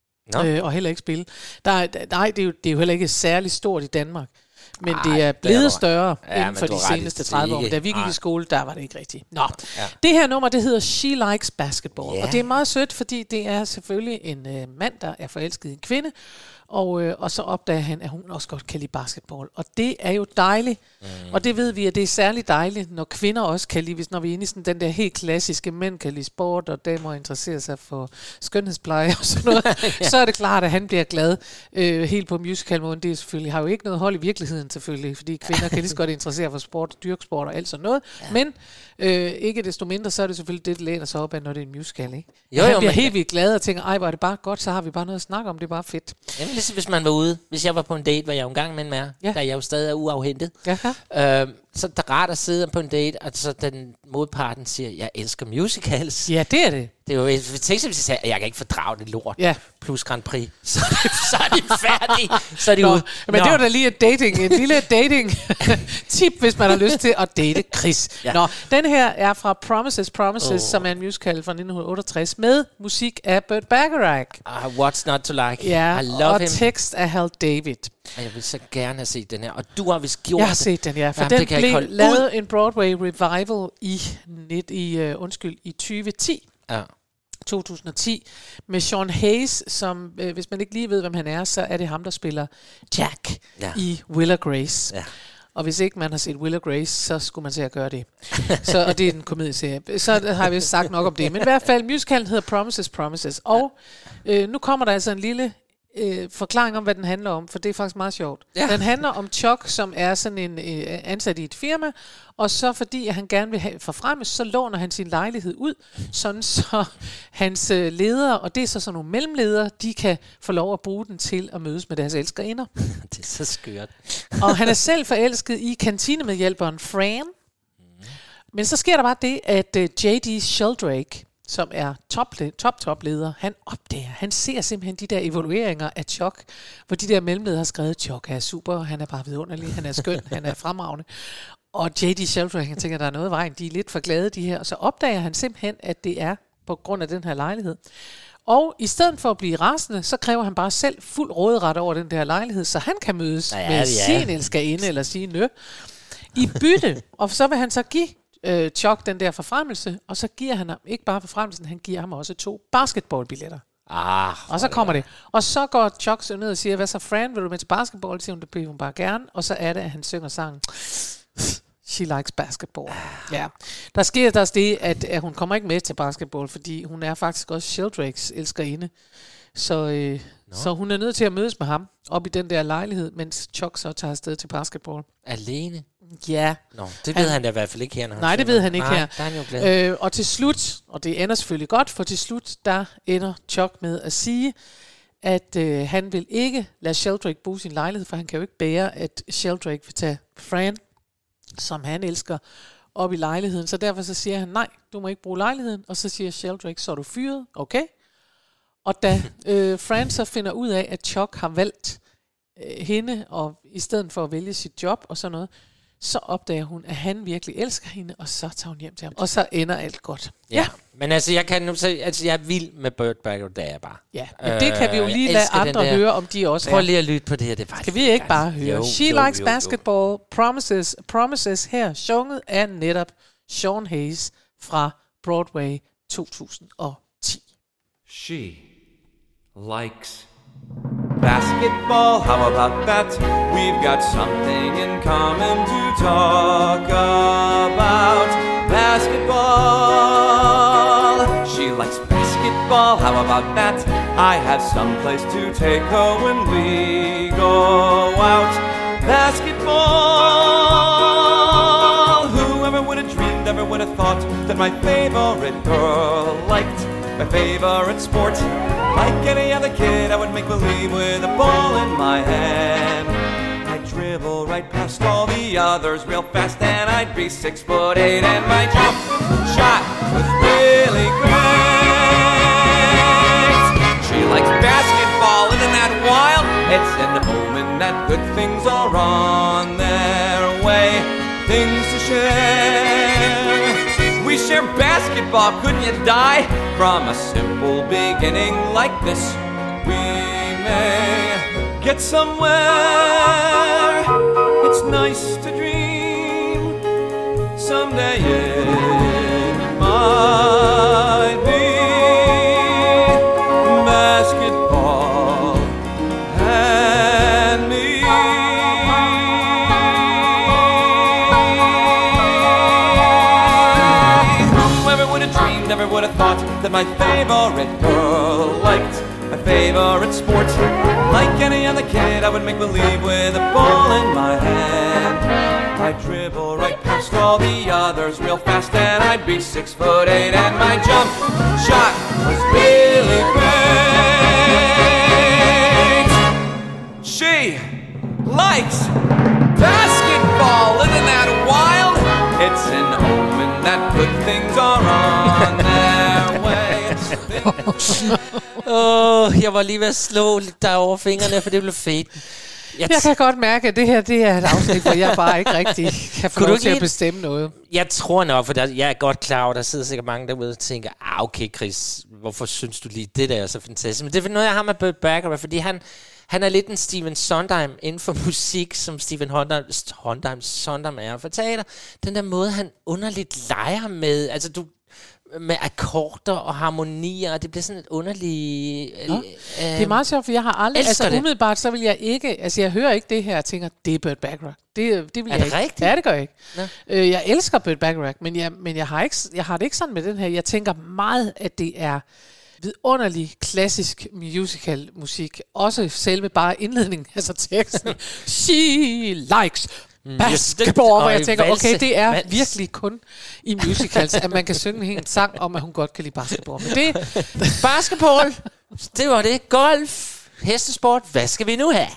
Øh, og heller ikke spille. Der, der, nej, det er, jo, det er jo heller ikke særlig stort i Danmark. Men Ej, det er blevet det større ja, inden for de seneste tredive år. Da vi gik Ej. i skole, der var det ikke rigtigt. Nå, ja. Det her nummer, det hedder She Likes Basketball. Yeah. Og det er meget sødt, fordi det er selvfølgelig en øh, mand, der er forelsket i en kvinde. Og, øh, og så opdager han, at hun også godt kan lide basketball. Og det er jo dejligt. Mm. Og det ved vi, at det er særligt dejligt, når kvinder også kan lide, hvis når vi er inde i sådan den der helt klassiske, mænd kan lide sport, og damer interesserer sig for skønhedspleje og sådan noget, ja. Så er det klart, at han bliver glad øh, helt på musical-måden. Det er selvfølgelig, har jo ikke noget hold i virkeligheden selvfølgelig, fordi kvinder kan lige så godt interessere for sport, dyrksport og alt sådan noget. Ja. Men øh, ikke desto mindre, så er det selvfølgelig det, der læner sig op af, når det er en musical, ikke? Jo, han jo, bliver helt vildt glad og tænker, ej, hvor er det bare godt, så har vi bare noget at snakke om, det er bare fedt. Jamen, ligesom hvis man var ude, hvis jeg var på en date, hvor jeg jo en gang med en mere, ja. Da jeg jo stadig er uafhentet, øh, så der rart at sidde på en date, og så den modparten siger, jeg elsker musicals. Ja, det er det. Det er jo, hvis jeg tænker, hvis jeg siger, jeg kan ikke fordrage det lort, ja. Plus Grand Prix, så, så er de færdige, så er de ude. Men Nå. Det var da lige et dating, en lille dating-tip, hvis man har lyst til at date Chris. Ja. Nå, den her er fra Promises, Promises, oh. som er en musical fra nitten otteogtres, med musik af Burt Bacharach. Uh, what's not to like? Ja, I love og him. tekst af Hal David. Jeg vil så gerne have set den her, og du har vist gjort Jeg har set den, ja, for Jamen, den blev lavet ud. en Broadway revival i, net, i, uh, undskyld, i tyve ti. Ja. to tusind og ti, med Sean Hayes, som, øh, hvis man ikke lige ved, hvem han er, så er det ham, der spiller Jack ja. i Will og Grace. Ja. Og hvis ikke man har set Will og Grace, så skulle man til at gøre det. Så, og det er en komedieserie. Så har vi sagt nok om det. Men i hvert fald, musicalen hedder Promises, Promises. Og øh, nu kommer der altså en lille øh, forklaring om, hvad den handler om, for det er faktisk meget sjovt. Ja. Den handler om Chuck, som er sådan en øh, ansat i et firma, og så fordi at han gerne vil have forfremmes, så låner han sin lejlighed ud, sådan så hans øh, ledere, og det er så sådan nogle mellemledere, de kan få lov at bruge den til at mødes med deres elskerinder. Det er så skørt. Og han er selv forelsket i kantinemedhjælperen Fran. Mm. Men så sker der bare det, at øh, J D Sheldrake, som er top-top-leder, han opdager, han ser simpelthen de der evalueringer af Chuck, hvor de der mellemledere har skrevet, Chuck er super, han er bare vidunderlig, han er skøn, han er fremragende. Og J D Sheldrake, han tænker, der er noget i vejen, de er lidt for glade, de her. Og så opdager han simpelthen, at det er på grund af den her lejlighed. Og i stedet for at blive rasende, så kræver han bare selv fuld råderet over den der lejlighed, så han kan mødes ja, med ja. sin elskerinde eller sin nø i bytte. Og så vil han så give øh, Chuck den der forfremmelse, og så giver han ham ikke bare forfremmelsen, han giver ham også to basketballbilletter. Ah, og så kommer det. Og så går Chuck så ned og siger, hvad så Fran, vil du med til basketball? Siger hun, det bliver hun bare gerne. Og så er det, at han synger sangen She Likes Basketball. Ja. Der sker der det, at, at hun kommer ikke med til basketball, fordi hun er faktisk også Sheldrakes elskerinde. Så, øh, så hun er nødt til at mødes med ham op i den der lejlighed, mens Chuck så tager afsted til basketball. Alene? Ja. Nå, det ved han, han da i hvert fald ikke her. Nej, det ved han ikke nej, her. Der er han jo glad. Øh, og til slut, og det ender selvfølgelig godt, for til slut, der ender Chuck med at sige, at øh, han vil ikke lade Sheldrake bruge sin lejlighed, for han kan jo ikke bære, at Sheldrake vil tage Fran, som han elsker, op i lejligheden. Så derfor så siger han, nej, du må ikke bruge lejligheden. Og så siger Sheldrake, så er du fyret. Okay. Og da øh, Fran så finder ud af, at Chuck har valgt øh, hende, og i stedet for at vælge sit job og sådan noget, så opdager hun, at han virkelig elsker hende, og så tager hun hjem til ham. Og så ender alt godt. Ja, ja. Men altså, jeg kan nu sige, altså, jeg er vild med Burt Bacharach, det er jeg bare. Ja, men øh, det kan vi jo lige lade andre høre, om de også Prøv er. lige at lytte på det her, det er bare. Skal vi ikke bare høre? Jo, She jo, Likes jo, Basketball, jo. Promises, Promises her, sunget af netop Sean Hayes fra Broadway to tusind og ti. She likes basketball, how about that? We've got something in common to talk about. Basketball, she likes basketball, how about that? I have some place to take her when we go out. Basketball, whoever would have dreamed, ever would have thought that my favorite girl liked my favorite sport. Like any other kid, I would make believe with a ball in my hand. I'd dribble right past all the others real fast, and I'd be six foot eight, and my jump shot was really great. She likes basketball, isn't that wild? It's an omen that good things are on their way. Things to share. We share basketball, couldn't you die? From a simple beginning like this, we may get somewhere. It's nice to dream someday it might be basketball and me. Never would have thought that my favorite girl liked my favorite sport. Like any other kid, I would make believe with a ball in my hand. I'd dribble right past all the others real fast, and I'd be six foot eight, and my jump shot was really great. She likes basketball, isn't that wild? It's an omen that good things are on their way. Åh, oh, jeg var lige ved at slå lidt der over fingrene, for det blev fedt. Jeg, jeg kan godt mærke, at det her det er et afsnit, hvor jeg bare ikke rigtig kan få lov til at bestemme noget. Jeg tror nok, for der, jeg er godt klar over, der sidder sikkert mange derude og tænker, ah okay Chris, hvorfor synes du lige det der er så fantastisk? Men det er noget, jeg har med Burt Bacharach, fordi han, han er lidt en Stephen Sondheim inden for musik, som Stephen Sondheim, Sondheim, Sondheim er for teater. Den der måde, han underligt leger med, altså du... med akkorder og harmonier, og det bliver sådan et underligt... Ja. Øh, det er meget sjovt, for jeg har aldrig... Altså umiddelbart, så vil jeg ikke... Altså jeg hører ikke det her og tænker, det er Burt Bacharach. Det, det vil er jeg det ikke. rigtigt? Ja, det gør jeg ikke. Øh, jeg elsker Burt Bacharach, men, jeg, men jeg, har ikke, jeg har det ikke sådan med den her. Jeg tænker meget, at det er vidunderlig klassisk musical musik. Også selve bare indledningen, altså teksten. She likes basketball, hvor jeg tænker, okay, det er virkelig kun i musicals, at man kan synge en sang om, at hun godt kan lide basketball. Men det basketball, det var det. Golf, hestesport, hvad skal vi nu have?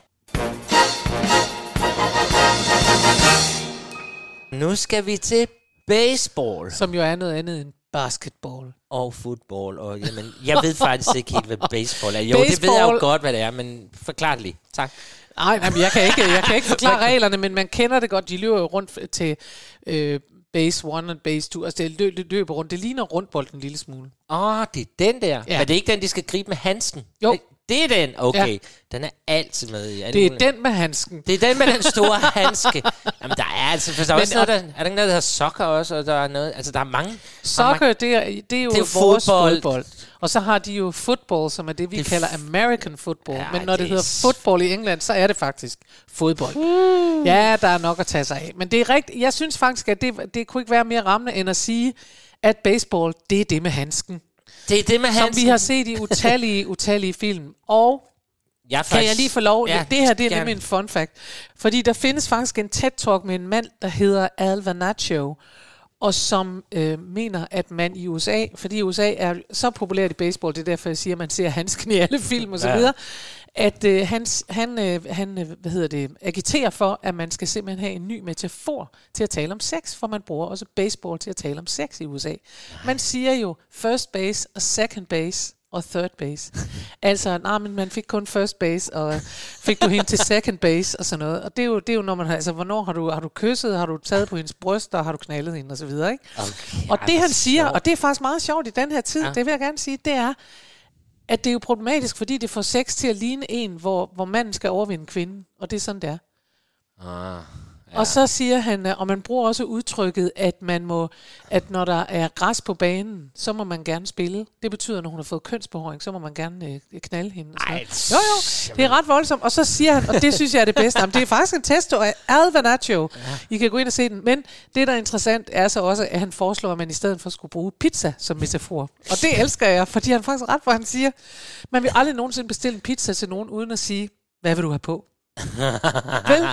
Nu skal vi til baseball. Som jo er noget andet end basketball. Og fodbold. Og, jamen, jeg ved faktisk ikke helt, hvad baseball er. Jo, baseball. Det ved jeg jo godt, hvad det er, men forklar det lige. Tak. Nej, nej, jeg kan ikke, jeg kan ikke forklare reglerne, men man kender det godt. De løber jo rundt til øh, base one og base two. Altså det lø- løber rundt. Det ligner rundbolden en lille smule. Åh, oh, det er den der. Ja. Men det er ikke den, de skal gribe med handsken? Jo. Det er den, okay. Ja. Den er altid med i. Er det er muligt? Den med handsken. Det er den med den store handske. Jamen, der er altså... For der er, også noget, der, er der ikke noget, der hedder soccer også? Og der er noget... Altså, der er mange... Soccer, mange, det, er, det er jo det er vores fodbold. fodbold. Og så har de jo football, som er det, vi det kalder American football. Ja, men når det, det hedder football i England, så er det faktisk fodbold. Uh. Ja, der er nok at tage sig af. Men det er rigtigt. Jeg synes faktisk, at det, det kunne ikke være mere rammende, end at sige, at baseball, det er det med handsken. Det er det med handsken. Som vi har set i utallige, utallige film. Og jeg faktisk, kan jeg lige få lov? Ja, det her, det er gerne. Nemlig en fun fact. Fordi der findes faktisk en TED-talk med en mand, der hedder Al Vanaccio, og som øh, mener, at man i U S A, fordi U S A er så populært i baseball, det er derfor, jeg siger, at man ser handsken i alle film og så videre, at øh, han, han, øh, han øh, hvad hedder det, agiterer for, at man skal simpelthen have en ny metafor til at tale om sex, for man bruger også baseball til at tale om sex i U S A. Man siger jo first base og second base. og third base. Altså, nej, men man fik kun first base, og fik du hende til second base og sådan noget. Og det er jo, det er jo når man har, altså, hvornår har du, har du kysset, har du taget på hendes bryst, og har du knaldet hende og så videre, ikke? Okay, og det ej, han siger, sjovt. og det er faktisk meget sjovt i den her tid, Ja. det vil jeg gerne sige, det er, at det er jo problematisk, fordi det får sex til at ligne en, hvor, hvor manden skal overvinde kvinden, og det er sådan, det er. Ah. Ja. Og så siger han, og man bruger også udtrykket, at man må, at når der er græs på banen, så må man gerne spille. Det betyder, når hun har fået kønsbehåring, så må man gerne øh, knalde hende. Ej, jo, jo, det er ret voldsomt. Og så siger han, og det synes jeg er det bedste, jamen, det er faktisk en testo af Al Vanaccio. Ja. I kan gå ind og se den. Men det, der er interessant, er så også, at han foreslår, at man i stedet for skulle bruge pizza som metafor. Og det elsker jeg, fordi han faktisk ret, hvor han siger, man vil aldrig nogensinde bestille en pizza til nogen, uden at sige, hvad vil du have på? Vel,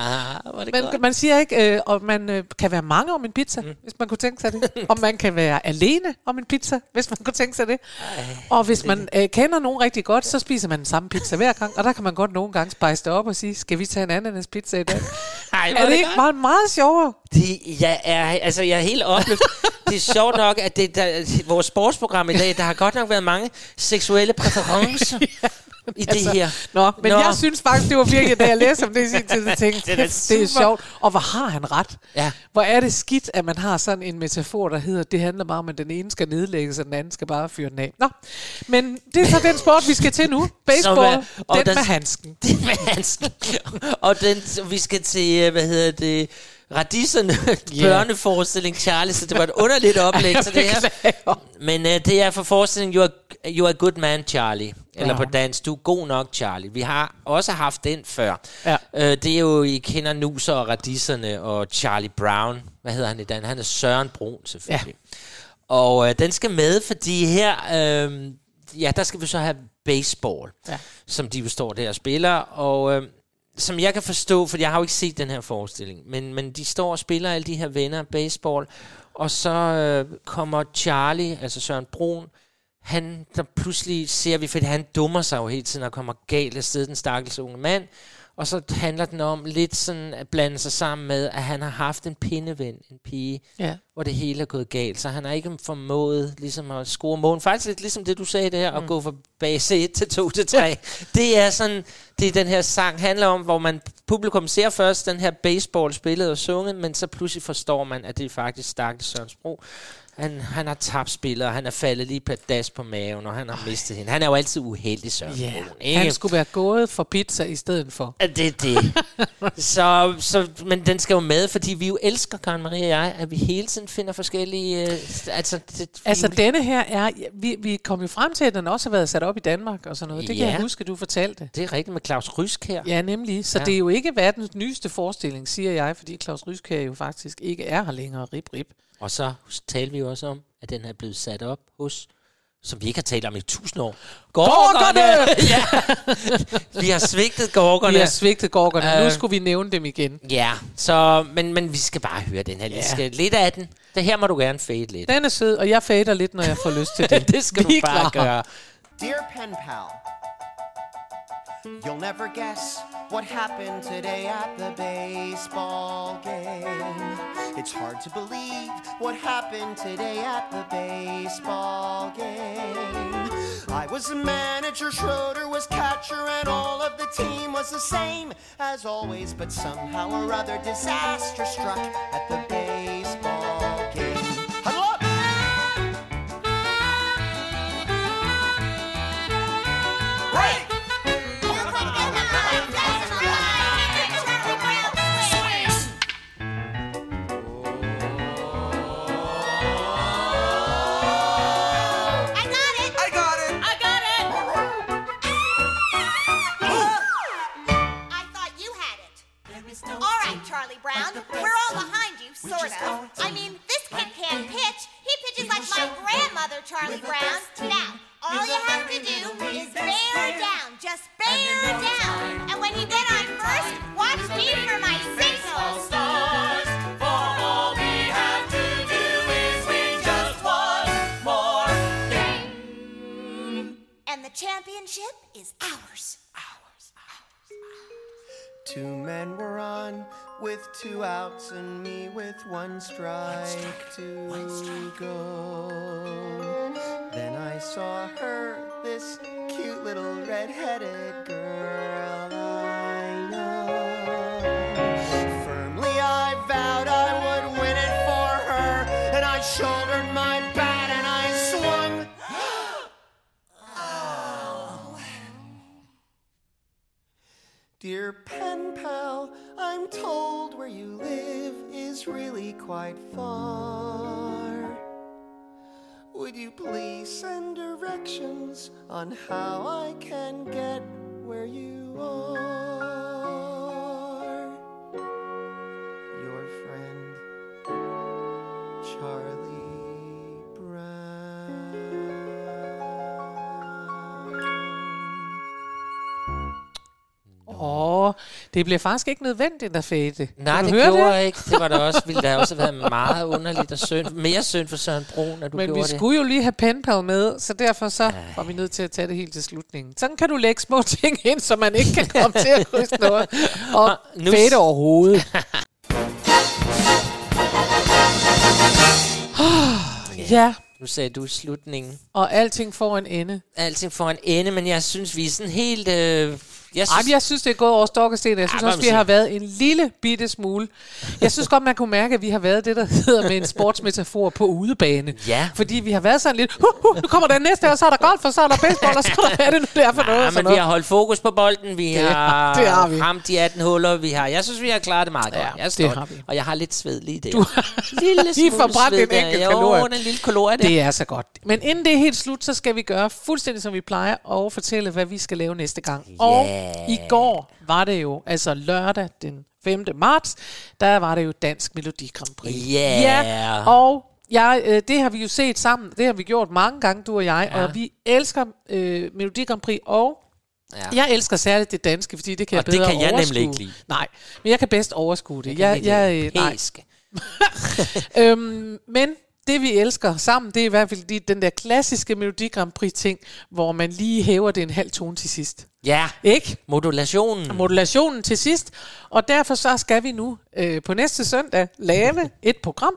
men man siger ikke, øh, og man øh, kan være mange om en pizza, mm. hvis man kunne tænke sig det. Og man kan være alene om en pizza, hvis man kunne tænke sig det. Ej, og hvis man øh, kender nogen rigtig godt, så spiser man den samme pizza hver gang. Og der kan man godt nogle gange spice det op og sige, skal vi tage en ananas pizza i dag? Ej, er det, det ikke meget, meget sjovere? Det, jeg, er, altså, jeg er helt opløftet. Det er sjovt nok, at det, der, vores sportsprogram i dag, der har godt nok været mange seksuelle præferencer. I det altså, her. Nå, men nå. Jeg synes faktisk, det var virkelig, da jeg læste om det i sin tid, jeg tænkte, det, er det er sjovt. Og hvor har han ret? Ja. Hvor er det skidt, at man har sådan en metafor, der hedder, det handler bare om, at den ene skal nedlægges, og den anden skal bare fyre den af. Nå, men det er så den sport, vi skal til nu. Baseball, så, den, den med handsken. Den med handsken. Og den, vi skal til, hvad hedder det... Radisserne, yeah. børneforestilling Charlie, så det var et underligt oplæg til det her. Men uh, det er for forestillingen You are, you are a good man, Charlie. Eller ja. På dansk, du er god nok, Charlie. Vi har også haft den før. Ja. Uh, det er jo, I kender Nuser og Radisserne og Charlie Brown. Hvad hedder han i den? Han er Søren Brun, selvfølgelig. Ja. Og uh, den skal med, fordi her... Uh, ja, der skal vi så have baseball, ja. Som de står der og spiller. Og... Uh, som jeg kan forstå, for jeg har jo ikke set den her forestilling, men, men de står og spiller alle de her venner baseball, og så øh, kommer Charlie, altså Søren Brun, han, der pludselig ser vi, fordi han dummer sig jo hele tiden og kommer galt af sted, den stakkels unge mand, og så handler den om lidt sådan at blande sig sammen med, at han har haft en pindeven, en pige, ja. Hvor det hele er gået galt, så han har ikke formået ligesom at score mål. Faktisk lidt ligesom det, du sagde der, mm. at gå fra base et til to til tre. Det er sådan, det er den her sang handler om, hvor man publikum ser først den her baseball spillet og sunget, men så pludselig forstår man, at det er faktisk stakkels Søren Brun. Han, han har tabt spillet, og han er faldet lige på das på maven, og han har mistet hende. Han er jo altid uheldig, Søren yeah. Brun, ikke? Han skulle være gået for pizza i stedet for. Det er det. så, så, men den skal jo med, fordi vi jo elsker, Karen Marie og jeg, at vi hele tiden finder forskellige... Øh, altså, det, altså denne her er... Vi, vi kom jo frem til, at den også har været sat op i Danmark og sådan noget. Det ja. Kan jeg huske, du fortalte. Det er rigtigt med Claus Rysk her. Ja, nemlig. Så ja. Det er jo ikke verdens nyeste forestilling, siger jeg, fordi Claus Rysk her jo faktisk ikke er her længere. Rip, rip. Og så taler vi jo også om, at den er blevet sat op hos, som vi ikke har talt om i tusind år. Gorgerne! Ja. Vi har svigtet Gorgerne. Vi har svigtet Gorgerne. Uh, nu skulle vi nævne dem igen. Ja, så, men, men vi skal bare høre den her. Yeah. Skal lidt af den. Det her må du gerne fade lidt. Den er sød, og jeg fader lidt, når jeg får lyst til det. Det skal vi du bare klar. Gøre. Dear pen pal, you'll never guess what happened today at the baseball game. It's hard to believe what happened today at the baseball game. I was the manager, Schroeder was catcher, and all of the team was the same as always. But somehow or other, disaster struck at the baseball game. Huddle up! Break! Charlie Brown, we're all behind you, sort of. I mean, this kid can't pitch. He pitches like my grandmother, Charlie Brown. Now, all you have to do is bear down, just bear down. And when you get on first, watch me for my signal. Stars, for all we have to do is win just one more game. And the championship is ours. Ours, ours, ours. Two men were on with two outs and me with one strike, one strike to one strike. Go. Then I saw her this cute little red-headed girl I know. Firmly I vowed I would win it for her, and I shouldered my bat and I swung. Oh. Dear pen pal, I'm told where you live is really quite far. Would you please send directions on how I can get where you are? Your friend, Charlie Brown. Åh, oh, det bliver faktisk ikke nødvendigt at fade. Nej, det gjorde det? ikke. Det var da også, ville da også have været meget underligt og synd. Mere synd for Søren Brun, at du Men gjorde det. vi skulle jo lige have penpal med, så derfor så var vi nødt til at tage det helt til slutningen. Sådan kan du lægge små ting ind, så man ikke kan komme til at ryste noget og nu fade overhovedet. Ja. Nu sagde du slutningen. Og alting får en ende. Alting får en ende, men jeg synes, vi er sådan helt... Øh, jeg, synes, Ej, jeg synes, det er gået over stok og sten. Jeg synes Ej, også, vi har været en lille bitte smule. Jeg synes godt, man kunne mærke, at vi har været det, der hedder med en sportsmetafor på udebane. Ja. Fordi vi har været sådan lidt, hu, hu, nu kommer der næste, og så er der golf, og så er der baseball, og så er der, hvad er det nu, det er for noget. Ja, men vi har holdt fokus på bolden, vi det, har, det har vi. ramt de atten huller, vi har. Jeg synes, vi har klaret det meget godt. Ja, jeg er det har vi. Og jeg har lidt sved lige der. Du har lille lige forbrændt en enkelt kalorie. Jo, den lille kalorie der. Det er så godt. Men inden det er helt slut, så skal vi gøre fuldstændig, som vi plejer, og fortælle, hvad vi skal lave næste gang. Yeah. Og i går var det jo, altså lørdag den femte marts, der var det jo Dansk Melodi Grand Prix. Yeah. Ja, og jeg, øh, det har vi jo set sammen, det har vi gjort mange gange, du og jeg, ja. Og vi elsker øh, Melodi Grand Prix, og ja. Jeg elsker særligt det danske, fordi det kan jeg og bedre det kan jeg overskue. nemlig ikke lide. Nej, men jeg kan bedst overskue det. Jeg, jeg, jeg, jeg, nej. øhm, men det vi elsker sammen, det er i hvert fald de, den der klassiske Melodi Grand Prix ting, hvor man lige hæver det en halv tone til sidst. Ja, ikke? Modulationen. Modulationen til sidst. Og derfor så skal vi nu øh, på næste søndag lave et program,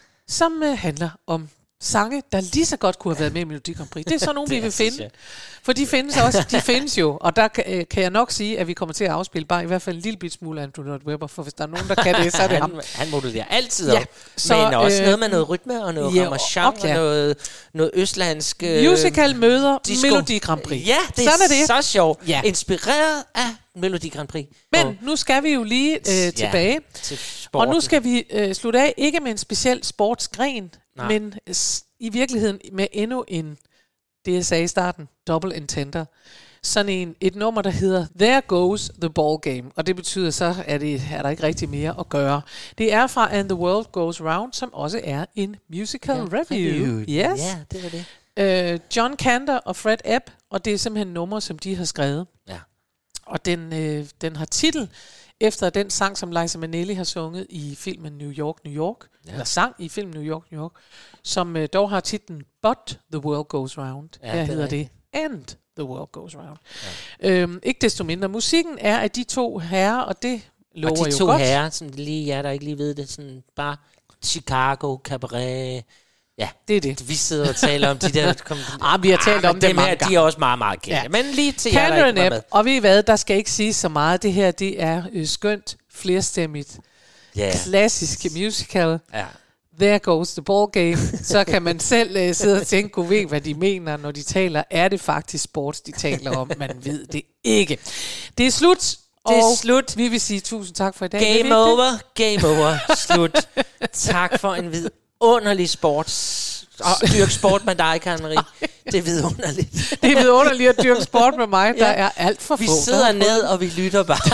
som øh, handler om sange, der lige så godt kunne have været med i Melodi Grand Prix. Det er sådan nogle, vi vil finde. For de findes også, de findes jo. Og der kan, øh, kan jeg nok sige, at vi kommer til at afspille bare i hvert fald en lille bit smule af Andrew Lloyd Webber, for hvis der er nogen, der kan det, så er det han, ham. Han modulerer altid ja, op. så, men også øh, noget med noget rytme og noget ja, ramachan og, ja. og noget, noget østlandsk... Øh, Musical møder disco. Melodi Grand Prix. Ja, det sådan er, er det. så sjovt. Ja. Inspireret af Melodi Grand Prix. Men og, nu skal vi jo lige øh, tilbage. Ja, til og nu skal vi øh, slutte af, ikke med en speciel sportsgren, Nej. men s- i virkeligheden med endnu en, det jeg sagde i starten, double entender. Sådan en, et nummer, der hedder There Goes the Ball Game. Og det betyder så, at det er der ikke rigtig mere at gøre. Det er fra And the World Goes Round, som også er en musical ja, review. Yes. Ja, det var det. Uh, John Kander og Fred Ebb, og det er simpelthen numre, som de har skrevet. Ja. Og den, øh, den har titel efter den sang, som Liza Minnelli har sunget i filmen New York, New York. Ja. Eller sang i filmen New York, New York. Som øh, dog har titlen But the World Goes Round. Ja, Her det hedder det. And the World Goes Round. Ja. Øhm, ikke desto mindre. Musikken er af de to herrer, og det lover jo godt. Og de to herrer, som lige jer, der ikke lige ved det, sådan bare Chicago, Cabaret... Ja, det er det. Vi sidder og taler om de der... Kom, ah, vi har talt ah, om det mange her, de er også meget, meget kendte. Ja. Men lige til jer, der ikke var med. Og ved I hvad, der skal ikke sige så meget. Det her, det er øh, skønt, flerstemmigt, yeah. klassisk musical. Ja. There Goes the Ball Game. Så kan man selv øh, sidde og tænke, kunne ved, hvad de mener, når de taler. Er det faktisk sports, de taler om? Man ved det ikke. Det er slut. Det er slut. Vi vil sige tusind tak for i dag. Game over. Game over. Slut. Tak for en vid. Underlig sports. Og dyrke sport med dig, Karen Marie. Det er vidunderligt. Det er vidunderligt at dyrke sport med mig. Der ja. er alt for få. Vi sidder ned, og vi lytter bare.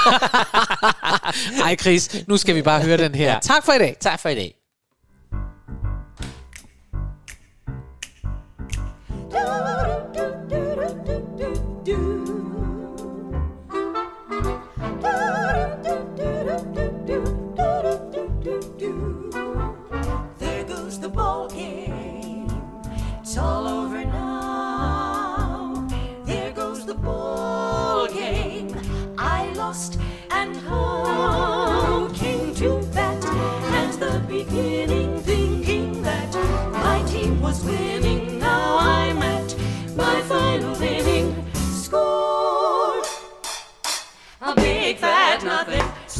Ej, Chris. Nu skal vi bare høre den her. Ja. Tak for i dag. Tak for i dag. It's all over now. There goes the ball game. I lost, and how came to that? At the beginning, thinking that my team was winning. Now I'm at my final.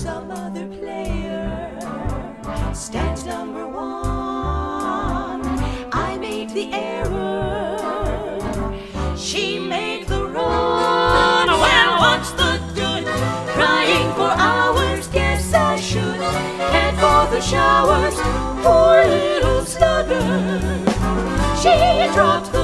some other player stands number one. I made the error, she made the run. Well, what's the good? Crying for hours, guess I should head for the showers. Poor little sluggard, she dropped the